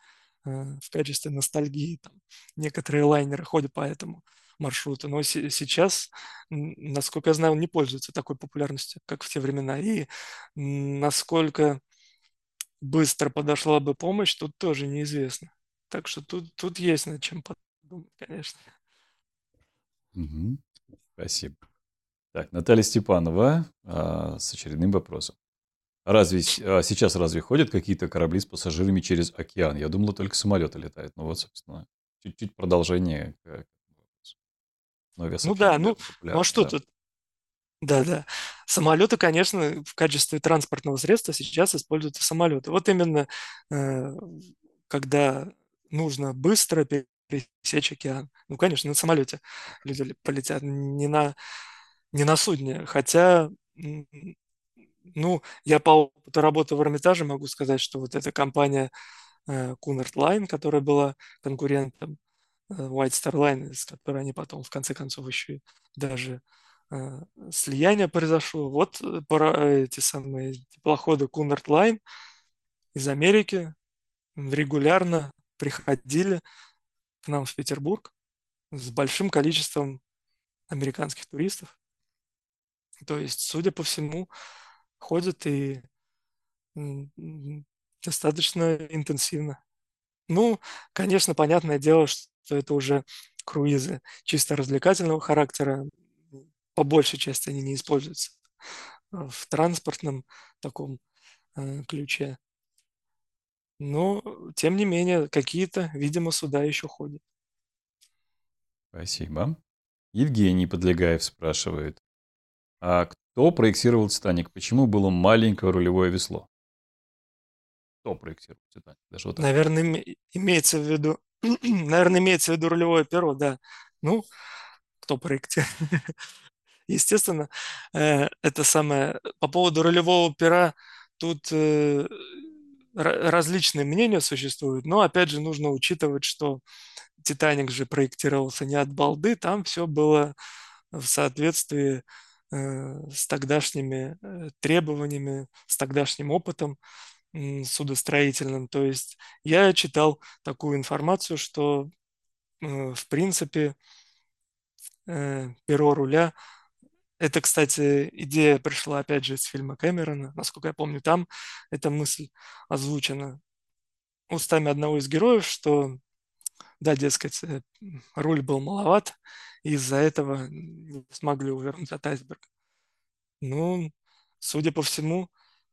в качестве ностальгии. Там некоторые лайнеры ходят по этому маршруту, но сейчас, насколько я знаю, он не пользуется такой популярностью, как в те времена. И насколько быстро подошла бы помощь, тут тоже неизвестно. Так что тут есть над чем подумать, конечно. Мгм. Спасибо. Так, Наталья Степанова с очередным вопросом. Сейчас разве ходят какие-то корабли с пассажирами через океан? Я думала, только самолеты летают. Ну вот, собственно, чуть-чуть продолжение к этому вопросу. Но Ну авиасообщение, да, наверное, ну а популярно, что да. тут? Да. Самолеты, конечно, в качестве транспортного средства сейчас используются самолеты. Вот именно э, когда нужно быстро пересечь океан. Ну, конечно, на самолете люди полетят, не на судне. Хотя, ну, я по опыту работы в Эрмитаже могу сказать, что вот эта компания Cunard Line, которая была конкурентом White Star Line, с которой они потом, в конце концов, еще и даже э, слияние произошло. Вот эти самые теплоходы Cunard Line из Америки регулярно приходили к нам в Петербург с большим количеством американских туристов. То есть, судя по всему, ходят и достаточно интенсивно. Ну, конечно, понятное дело, что это уже круизы чисто развлекательного характера. По большей части они не используются в транспортном таком ключе. Но, тем не менее, какие-то, видимо, суда еще ходят. Спасибо. Евгений Подлегаев спрашивает. А кто проектировал «Титаник»? Почему было маленькое рулевое весло? Кто проектировал «Титаник»? Даже вот так. Наверное, имеется в виду, наверное, имеется в виду рулевое перо, да. Ну, кто проектирует? Естественно, это самое. По поводу рулевого пера тут различные мнения существуют, но опять же нужно учитывать, что Титаник же проектировался не от балды, там все было в соответствии с тогдашними требованиями, с тогдашним опытом судостроительным. То есть я читал такую информацию, что в принципе перо руля это, кстати, идея пришла опять же из фильма Кэмерона. Насколько я помню, там эта мысль озвучена устами одного из героев, что, да, дескать, руль был маловат, и из-за этого не смогли увернуть от айсберга. Ну, судя по всему,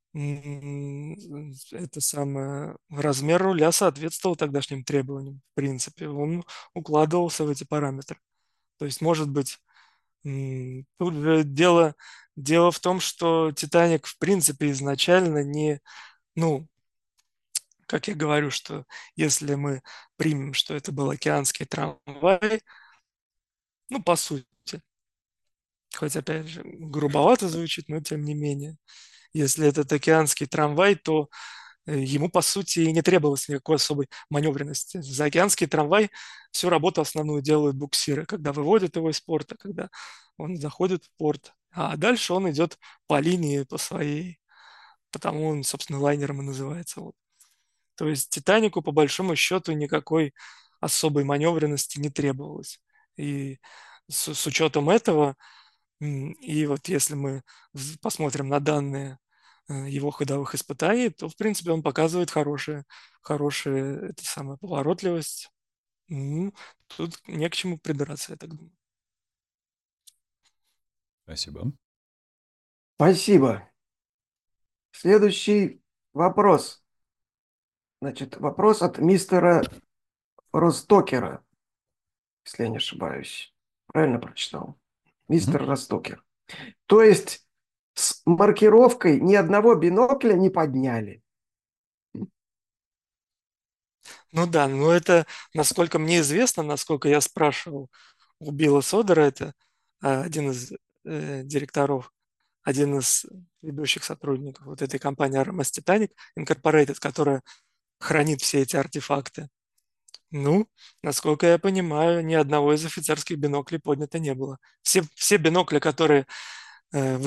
это самое, размер руля соответствовал тогдашним требованиям. В принципе, он укладывался в эти параметры. То есть, может быть, тут же дело в том, что «Титаник» в принципе изначально не, ну, как я говорю, что если мы примем, что это был океанский трамвай, ну, по сути, хоть опять же грубовато звучит, но тем не менее, если этот океанский трамвай, то ему, по сути, и не требовалось никакой особой маневренности. За океанский трамвай всю работу основную делают буксиры, когда выводят его из порта, когда он заходит в порт. А дальше он идет по линии, по своей, потому он, собственно, лайнером и называется. Вот. То есть «Титанику», по большому счету, никакой особой маневренности не требовалось. И с учетом этого, и вот если мы посмотрим на данные его ходовых испытаний, то, в принципе, он показывает хорошая это самая поворотливость. Ну, тут не к чему придраться, я так думаю. Спасибо. Спасибо. Следующий вопрос. Значит, вопрос от мистера Ростокера, если я не ошибаюсь. Правильно прочитал? Мистер Ростокер. То есть с маркировкой ни одного бинокля не подняли. Ну да, но это, насколько мне известно, насколько я спрашивал у Билла Содера, это один из директоров, один из ведущих сотрудников вот этой компании RMS Titanic Incorporated, которая хранит все эти артефакты. Ну, насколько я понимаю, ни одного из офицерских биноклей поднято не было. Все бинокли, которые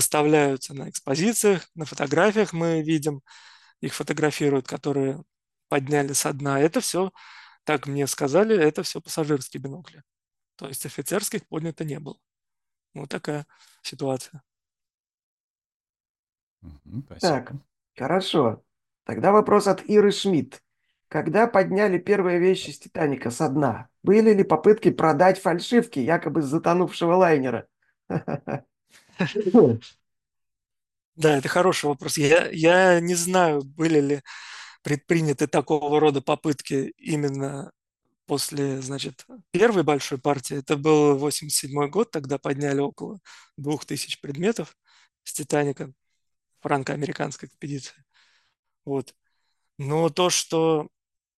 выставляются на экспозициях, на фотографиях мы видим, их фотографируют, которые подняли со дна. Это все, так мне сказали, это все пассажирские бинокли. То есть офицерских поднято не было. Вот такая ситуация. Так, Спасибо. хорошо. Тогда вопрос от Иры Шмидт. Когда подняли первые вещи с «Титаника» со дна, были ли попытки продать фальшивки якобы с затонувшего лайнера? Да, это хороший вопрос. Я не знаю, были ли предприняты такого рода попытки именно после, значит, первой большой партии. Это был 87 год, тогда подняли около 2000 предметов с «Титаника», франко-американской экспедиции. Вот. Но то, что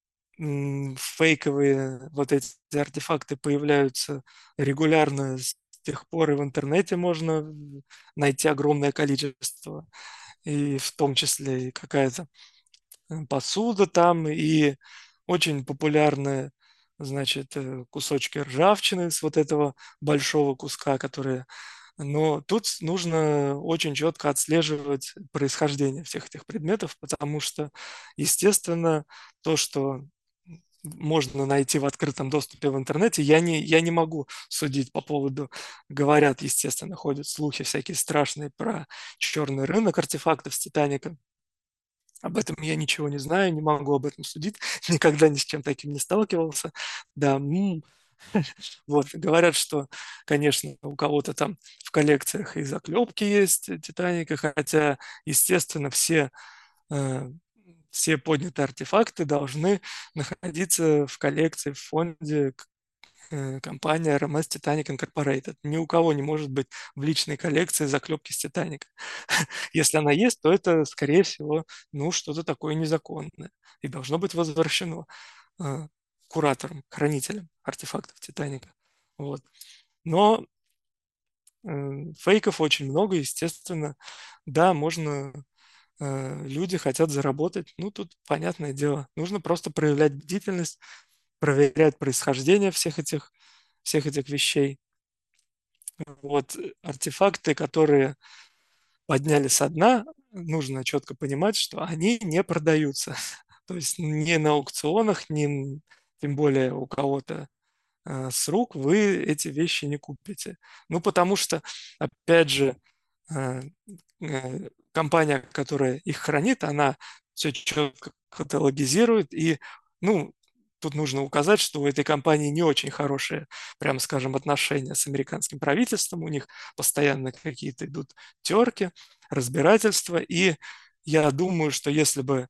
фейковые вот эти артефакты появляются регулярно с тех пор, и в интернете можно найти огромное количество, и в том числе и какая-то посуда там, и очень популярные, значит, кусочки ржавчины с вот этого большого куска, которые... Но тут нужно очень четко отслеживать происхождение всех этих предметов, потому что, естественно, то, что можно найти в открытом доступе в интернете. Я не могу судить по поводу, говорят, естественно, ходят слухи всякие страшные про черный рынок артефактов с «Титаника». Об этом я ничего не знаю, не могу об этом судить, никогда ни с чем таким не сталкивался. Да, вот, говорят, что, конечно, у кого-то там в коллекциях и заклепки есть «Титаника», хотя, естественно, э, все поднятые артефакты должны находиться в коллекции, в фонде компании RMS Titanic Incorporated. Ни у кого не может быть в личной коллекции заклепки с «Титаника». Если она есть, то это, скорее всего, ну, что-то такое незаконное и должно быть возвращено э, куратором, хранителем артефактов «Титаника». Вот. Но фейков очень много, естественно. Да, можно люди хотят заработать. Ну, тут понятное дело. Нужно просто проявлять бдительность, проверять происхождение всех этих вещей. Вот артефакты, которые подняли со дна, нужно четко понимать, что они не продаются. То есть ни на аукционах, ни тем более у кого-то с рук вы эти вещи не купите. Ну, потому что, опять же, э, компания, которая их хранит, она все четко каталогизирует, и, ну, тут нужно указать, что у этой компании не очень хорошие, прямо скажем, отношения с американским правительством, у них постоянно какие-то идут терки, разбирательства, и я думаю, что если бы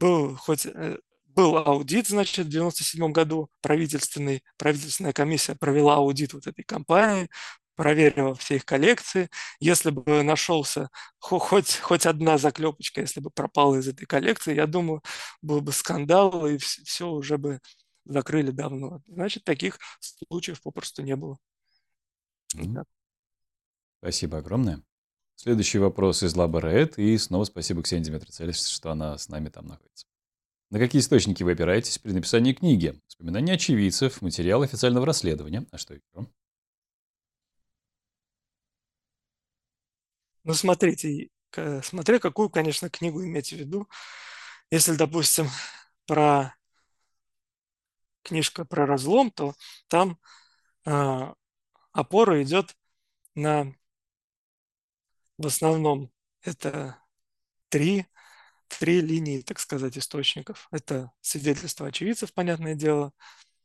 был аудит, значит, в 97 году правительственная комиссия провела аудит вот этой компании, проверила все их коллекции. Если бы нашелся хоть одна заклепочка, если бы пропала из этой коллекции, я думаю, был бы скандал, и все уже бы закрыли давно. Значит, таких случаев попросту не было. Вот Мгм. так. Спасибо огромное. Следующий вопрос из Лабораэд. И снова спасибо Ксении Дмитрицелис, что она с нами там находится. На какие источники вы опираетесь при написании книги? Вспоминания очевидцев, материал официального расследования. А что еще? Ну, смотрите, смотря какую, конечно, книгу иметь в виду. Если, допустим, про книжка про разлом, то там а, опора идет на, в основном, это три, три линии, так сказать, источников. Это свидетельства очевидцев, понятное дело,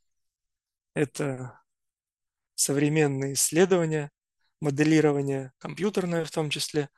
это современные исследования, моделирование компьютерное в том числе,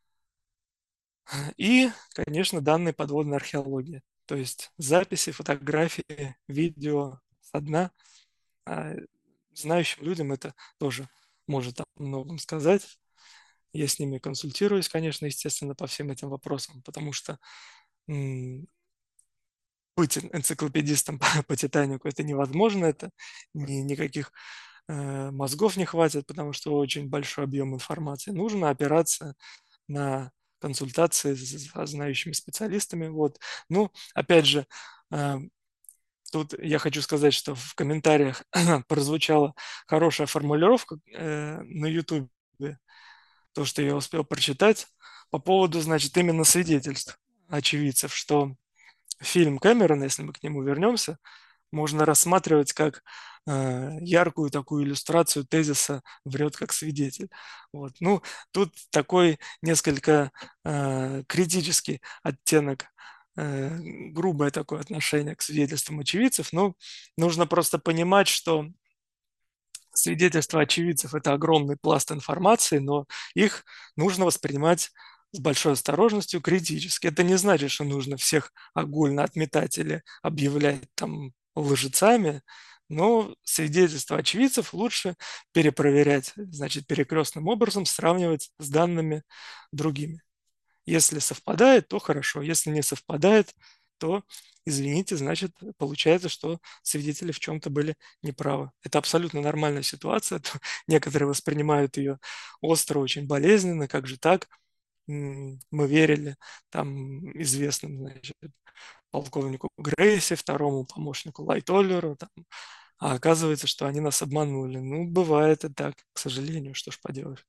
и, конечно, данные подводной археологии, то есть записи, фотографии, видео со дна. А знающим людям это тоже может о многом сказать. Я с ними консультируюсь, конечно, естественно, по всем этим вопросам, потому что м, быть энциклопедистом по «Титанику» это невозможно, это никаких мозгов не хватит, потому что очень большой объем информации. Нужно опираться на консультации со знающими специалистами. Вот. Ну, опять же, э, тут я хочу сказать, что в комментариях прозвучала хорошая формулировка на YouTube, то, что я успел прочитать, по поводу, значит, именно свидетельств очевидцев, что фильм Кэмерона, если мы к нему вернемся, можно рассматривать как яркую такую иллюстрацию тезиса «врет как свидетель». Вот. Ну, тут такой несколько критический оттенок, грубое такое отношение к свидетельствам очевидцев, но нужно просто понимать, что свидетельства очевидцев – это огромный пласт информации, но их нужно воспринимать с большой осторожностью, критически. Это не значит, что нужно всех огульно отметать или объявлять там лжецами, но свидетельства очевидцев лучше перепроверять, значит, перекрестным образом сравнивать с данными другими. Если совпадает, то хорошо. Если не совпадает, то, извините, значит, получается, что свидетели в чем-то были неправы. Это абсолютно нормальная ситуация. Некоторые воспринимают ее остро, очень болезненно. Как же так? Мы верили там известным, значит, полковнику Грейси, второму помощнику Лайтоллеру, там, а оказывается, что они нас обманули. Ну, бывает и так, к сожалению, что ж поделать.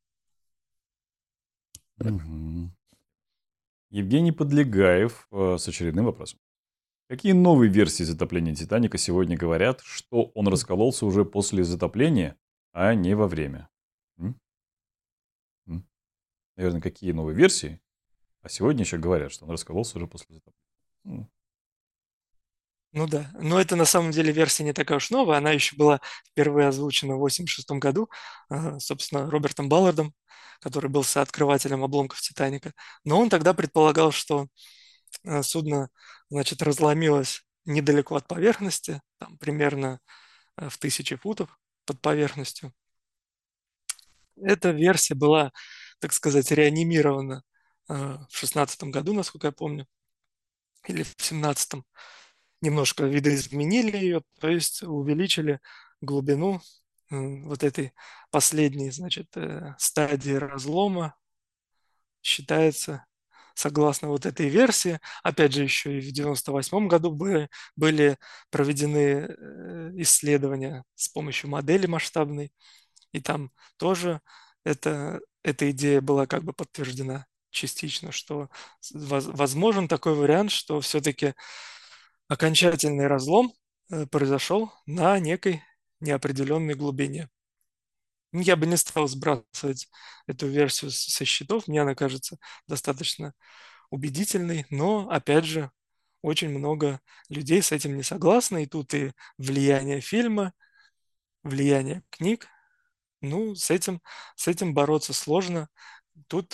Мгм. Евгений Подлегаев с очередным вопросом. Какие новые версии затопления «Титаника» сегодня говорят, что он раскололся уже после затопления, а не во время? М? М? Наверное, какие новые версии? А сегодня еще говорят, что он раскололся уже после затопления. Ну да, но это на самом деле версия не такая уж новая, она еще была впервые озвучена в 1986 году, собственно, Робертом Баллардом, который был сооткрывателем обломков «Титаника». Но он тогда предполагал, что судно, значит, разломилось недалеко от поверхности, там примерно в 1000 футов под поверхностью. Эта версия была, так сказать, реанимирована в 2016 году, насколько я помню, или в 2017. Немножко видоизменили ее, то есть увеличили глубину вот этой последней, значит, стадии разлома, считается, согласно вот этой версии. Опять же, еще и в 98 году были проведены исследования с помощью модели масштабной, и там тоже эта идея была как бы подтверждена частично, что возможен такой вариант, что все-таки окончательный разлом произошел на некой неопределенной глубине. Я бы не стал сбрасывать эту версию со счетов, мне она кажется достаточно убедительной, но, опять же, очень много людей с этим не согласны, и тут и влияние фильма, влияние книг, ну, с этим бороться сложно. Тут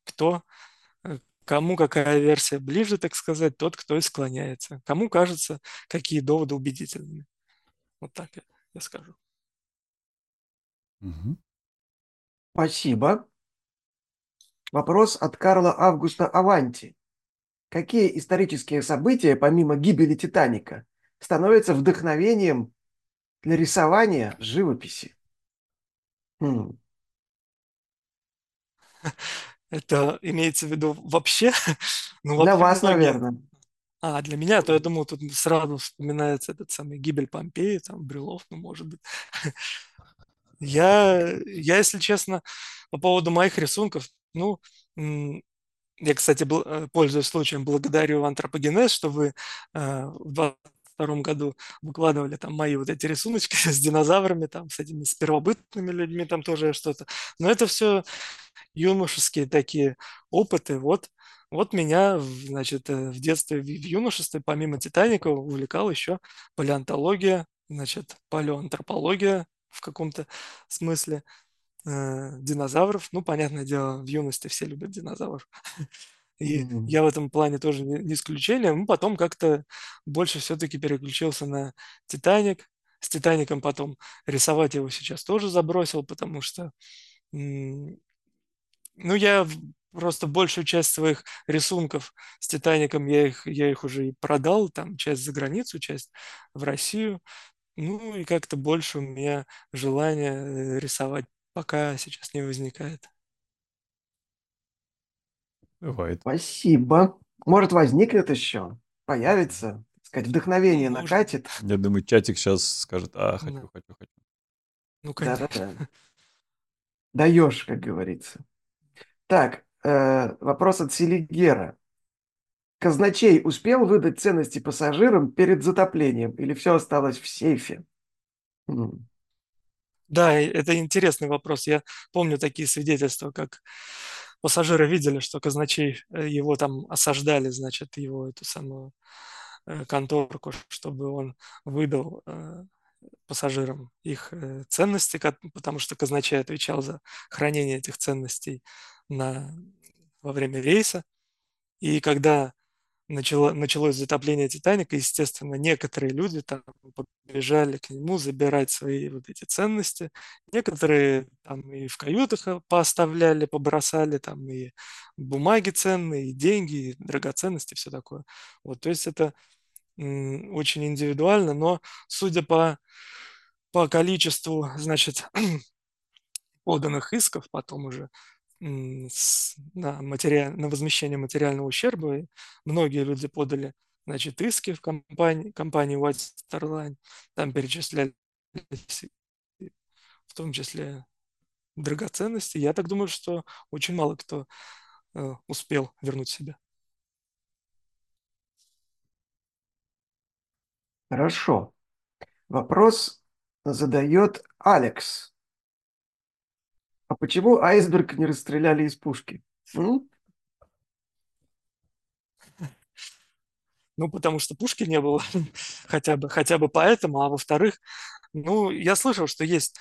кому какая версия ближе, так сказать, тот, кто и склоняется. Кому кажется, какие доводы убедительными. Вот так я скажу. Мгм. Спасибо. Вопрос от Карла Августа Аванти. Какие исторические события, помимо гибели Титаника, становятся вдохновением для рисования живописи? Хм. Это имеется в виду вообще? Ну, Для вообще вас, многие. наверное. А, для меня, то я думаю, тут сразу вспоминается этот самый гибель Помпеи, там, Брюлов, ну, может быть. Я, если честно, по поводу моих рисунков, ну, я, кстати, пользуясь случаем, благодарю Антропогенез, что вы в 22 году выкладывали там мои вот эти рисуночки с динозаврами, там, с этими, с первобытными людьми, там тоже что-то. Но это все юношеские такие опыты. Вот меня, значит, в детстве, в юношестве, помимо «Титаника», увлекала еще палеонтология, значит, палеоантропология в каком-то смысле динозавров. Ну, понятное дело, в юности все любят динозавров. И М. я в этом плане тоже не исключение. Ну, потом как-то больше все-таки переключился на «Титаник». С «Титаником» потом рисовать его сейчас тоже забросил, потому что ну, просто большую часть своих рисунков с «Титаником» я их уже и продал, там часть за границу, часть в Россию. Ну, и как-то больше у меня желания рисовать пока сейчас не возникает. Бывает. Спасибо. Может, возникнет еще, появится, так сказать, вдохновение Может быть. накатит. Я думаю, чатик сейчас скажет, Да. хочу, хочу, хочу. Ну, конечно. Да-да-да. Даешь, как говорится. Так, вопрос от Селигера. казначей успел выдать ценности пассажирам перед затоплением или все осталось в сейфе? М. Да, и это интересный вопрос. Я помню такие свидетельства, как пассажиры видели, что казначей его там осаждали, значит, его эту самую конторку, чтобы он выдал пассажирам их ценности, потому что казначей отвечал за хранение этих ценностей на, во время рейса. И когда началось затопление Титаника, естественно, некоторые люди там побежали к нему забирать свои вот эти ценности. Некоторые там и в каютах пооставляли, побросали там и бумаги ценные, и деньги, и драгоценности, все такое. Вот, то есть это очень индивидуально, но судя по количеству, значит, поданных исков потом уже на возмещение материального ущерба. И многие люди подали, значит, иски в компании White Star Line. Там перечисляли в том числе драгоценности. Я так думаю, что очень мало кто успел вернуть себе. Хорошо. Вопрос задает Алекс. А почему айсберг не расстреляли из пушки? М? Ну, потому что пушки не было, хотя бы поэтому. А во-вторых, ну, я слышал, что есть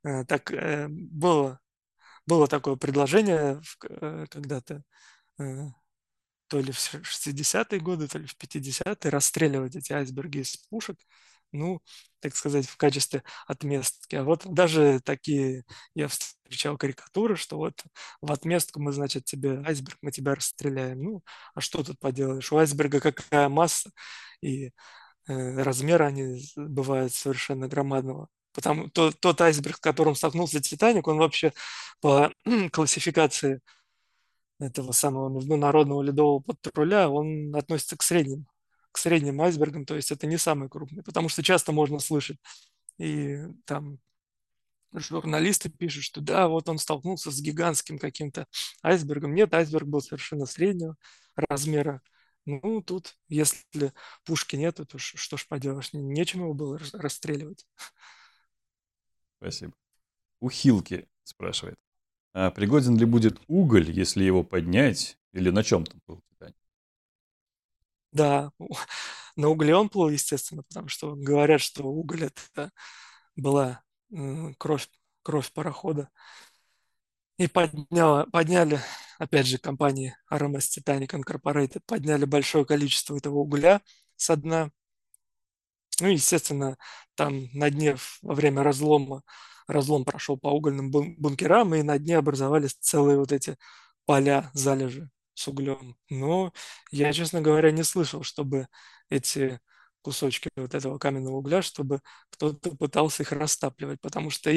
было такое предложение когда-то, э, то ли в 60-е годы, то ли в 50-е, расстреливать эти айсберги из пушек, ну, так сказать, в качестве отместки. А вот даже такие я встречал карикатуры, что вот в отместку мы, значит, тебе айсберг, мы тебя расстреляем. Ну, а что тут поделаешь? У айсберга какая масса и размера они бывают совершенно громадного. Тот айсберг, с которым столкнулся Титаник, он вообще по классификации этого самого международного ледового патруля, он относится к средним айсбергам, то есть это не самый крупный, потому что часто можно слышать, и там журналисты пишут, что да, вот он столкнулся с гигантским каким-то айсбергом. Нет, айсберг был совершенно среднего размера. Ну, тут, если пушки нету, то что ж поделаешь, нечем его было расстреливать. Спасибо. У Хилки спрашивает. А пригоден ли будет уголь, если его поднять? Или на чем там был Титаник? Да, на угле он плыл, естественно, потому что говорят, что уголь это была кровь парохода. И подняли, опять же, компании RMS Titanic Incorporated, подняли большое количество этого угля со дна. Ну, естественно, там на дне во время разлом прошел по угольным бункерам, и на дне образовались целые вот эти поля, залежи с углем. Но я, честно говоря, не слышал, чтобы эти кусочки вот этого каменного угля, чтобы кто-то пытался их растапливать, потому что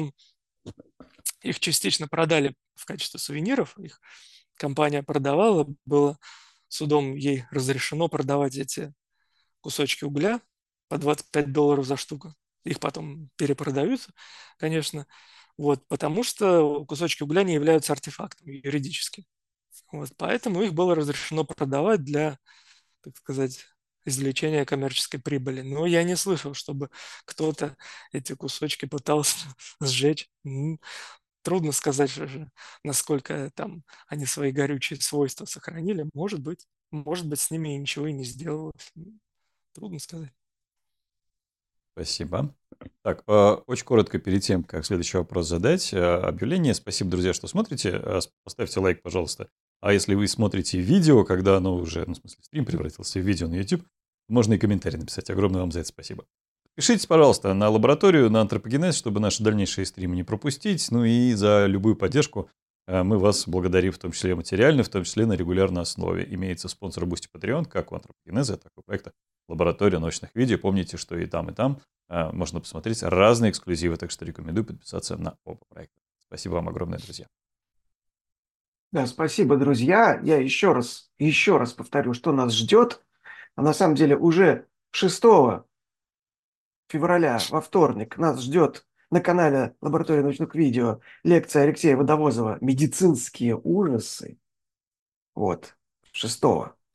их частично продали в качестве сувениров, их компания продавала, было судом ей разрешено продавать эти кусочки угля по $25 за штуку. Их потом перепродают, конечно, вот, потому что кусочки угля не являются артефактом юридически. Вот, поэтому их было разрешено продавать для, так сказать, извлечения коммерческой прибыли. Но я не слышал, чтобы кто-то эти кусочки пытался сжечь. Трудно сказать, насколько там они свои горючие свойства сохранили. Может быть, с ними ничего и не сделалось. Трудно сказать. Спасибо. Так, очень коротко перед тем, как следующий вопрос задать, объявление. Спасибо, друзья, что смотрите. Поставьте лайк, пожалуйста. А если вы смотрите видео, когда оно уже, ну, в смысле, стрим превратился в видео на YouTube, можно и комментарий написать. Огромное вам за это спасибо. Пишите, пожалуйста, на лабораторию, на антропогенез, чтобы наши дальнейшие стримы не пропустить. Ну и за любую поддержку мы вас благодарим, в том числе материально, в том числе на регулярной основе. Имеется спонсор Boosty Patreon, как у антропогенеза, так и у проекта «Лаборатория научных видео». Помните, что и там можно посмотреть разные эксклюзивы, так что рекомендую подписаться на оба проекта. Спасибо вам огромное, друзья. Да, спасибо, друзья. Я еще раз повторю, что нас ждет. А на самом деле уже 6 февраля, во вторник, нас ждет на канале Лаборатория научных видео лекция Алексея Водовозова «Медицинские ужасы». Вот, 6.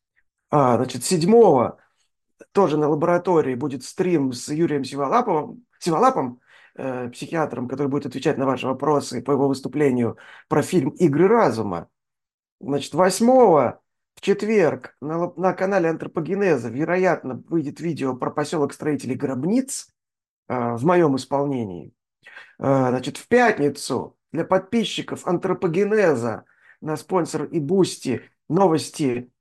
Значит, 7 тоже на лаборатории будет стрим с Юрием Сиволапом, психиатром, который будет отвечать на ваши вопросы по его выступлению про фильм «Игры разума». Значит, 8 в четверг на канале Антропогенеза, вероятно, выйдет видео про поселок строителей гробниц в моем исполнении. Значит, в пятницу для подписчиков Антропогенеза на спонсор и Бусти новости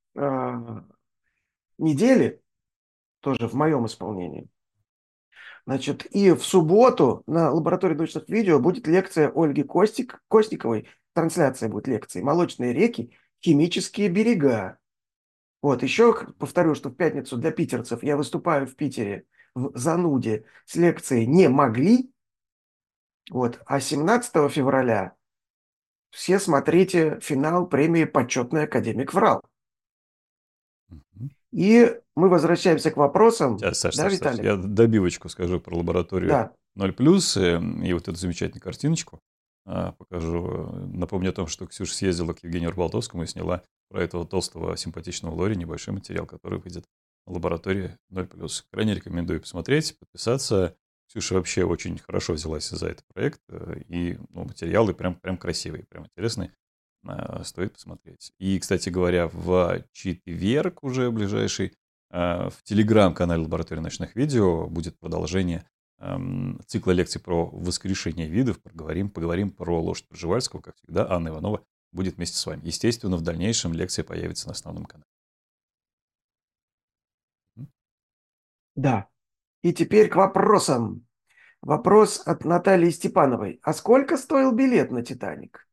недели, тоже в моем исполнении. Значит, и в субботу на лаборатории научных видео будет лекция Ольги Костиковой, трансляция будет лекции «Молочные реки. Химические берега». Вот, еще повторю, что в пятницу для питерцев я выступаю в Питере в Зануде с лекцией «Не могли». Вот, а 17 февраля все смотрите финал премии «Почетный академик ВРАЛ». Мгм. И мы возвращаемся к вопросам. Сейчас, Саш, Да, Саш, Саш, Виталик? я добивочку скажу про лабораторию Да. 0+, и вот эту замечательную картиночку покажу. Напомню о том, что Ксюша съездила к Евгению Рыболтовскому и сняла про этого толстого симпатичного Лори небольшой материал, который выйдет на лаборатории 0+. Крайне рекомендую посмотреть, подписаться. Ксюша вообще очень хорошо взялась за этот проект, и материалы прям красивые, прям интересные. Стоит посмотреть. И, кстати говоря, в четверг уже ближайший в телеграм-канале «Лаборатория ночных видео» будет продолжение цикла лекций про воскрешение видов. Поговорим про лошадь Пржевальского, как всегда. Анна Иванова будет вместе с вами. Естественно, в дальнейшем лекция появится на основном канале. Да. И теперь к вопросам. Вопрос от Натальи Степановой. А сколько стоил билет на «Титаник»?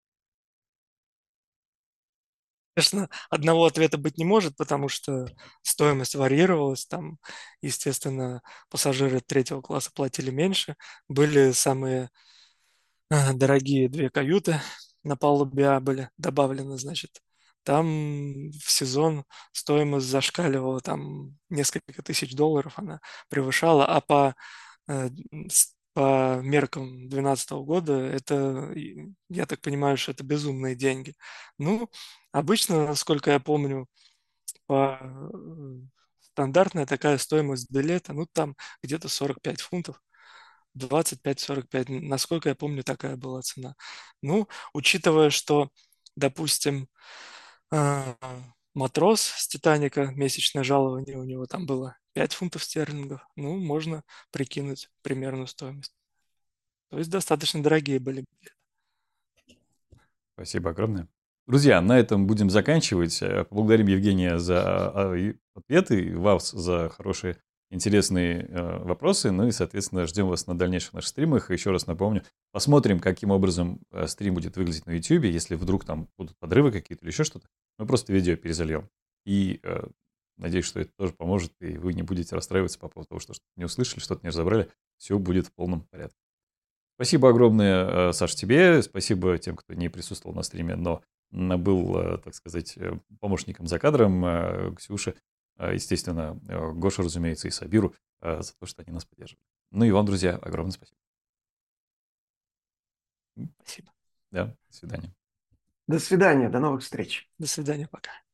Конечно, одного ответа быть не может, потому что стоимость варьировалась. Там, естественно, пассажиры третьего класса платили меньше. Были самые дорогие две каюты на палубе А были добавлены, значит. Там в сезон стоимость зашкаливала, там несколько тысяч долларов она превышала, а э, по меркам 2012 года это, я так понимаю, что это безумные деньги. Ну, обычно, насколько я помню, по стандартная такая стоимость билета, ну, там где-то 45 фунтов. 25-45, насколько я помню, такая была цена. Ну, учитывая, что, допустим, а, матрос с «Титаника», месячное жалование у него там было 5 фунтов стерлингов, ну, можно прикинуть примерную стоимость. То есть достаточно дорогие были. Спасибо огромное. Друзья, на этом будем заканчивать. Поблагодарим Евгения за ответы, вас за хорошие, интересные вопросы. Ну и, соответственно, ждем вас на дальнейших наших стримах. Еще раз напомню, посмотрим, каким образом стрим будет выглядеть на YouTube. Если вдруг там будут подрывы какие-то или еще что-то, мы просто видео перезальем. И надеюсь, что это тоже поможет, и вы не будете расстраиваться по поводу того, что что-то не услышали, что-то не разобрали. Все будет в полном порядке. Спасибо огромное, Саш, тебе. Спасибо тем, кто не присутствовал на стриме, но был, так сказать, помощником за кадром. Ксюше, естественно, Гоша, разумеется, и Сабиру за то, что они нас поддерживали. Ну и вам, друзья, огромное спасибо. Спасибо. Да, до свидания. До свидания, до новых встреч. До свидания, пока.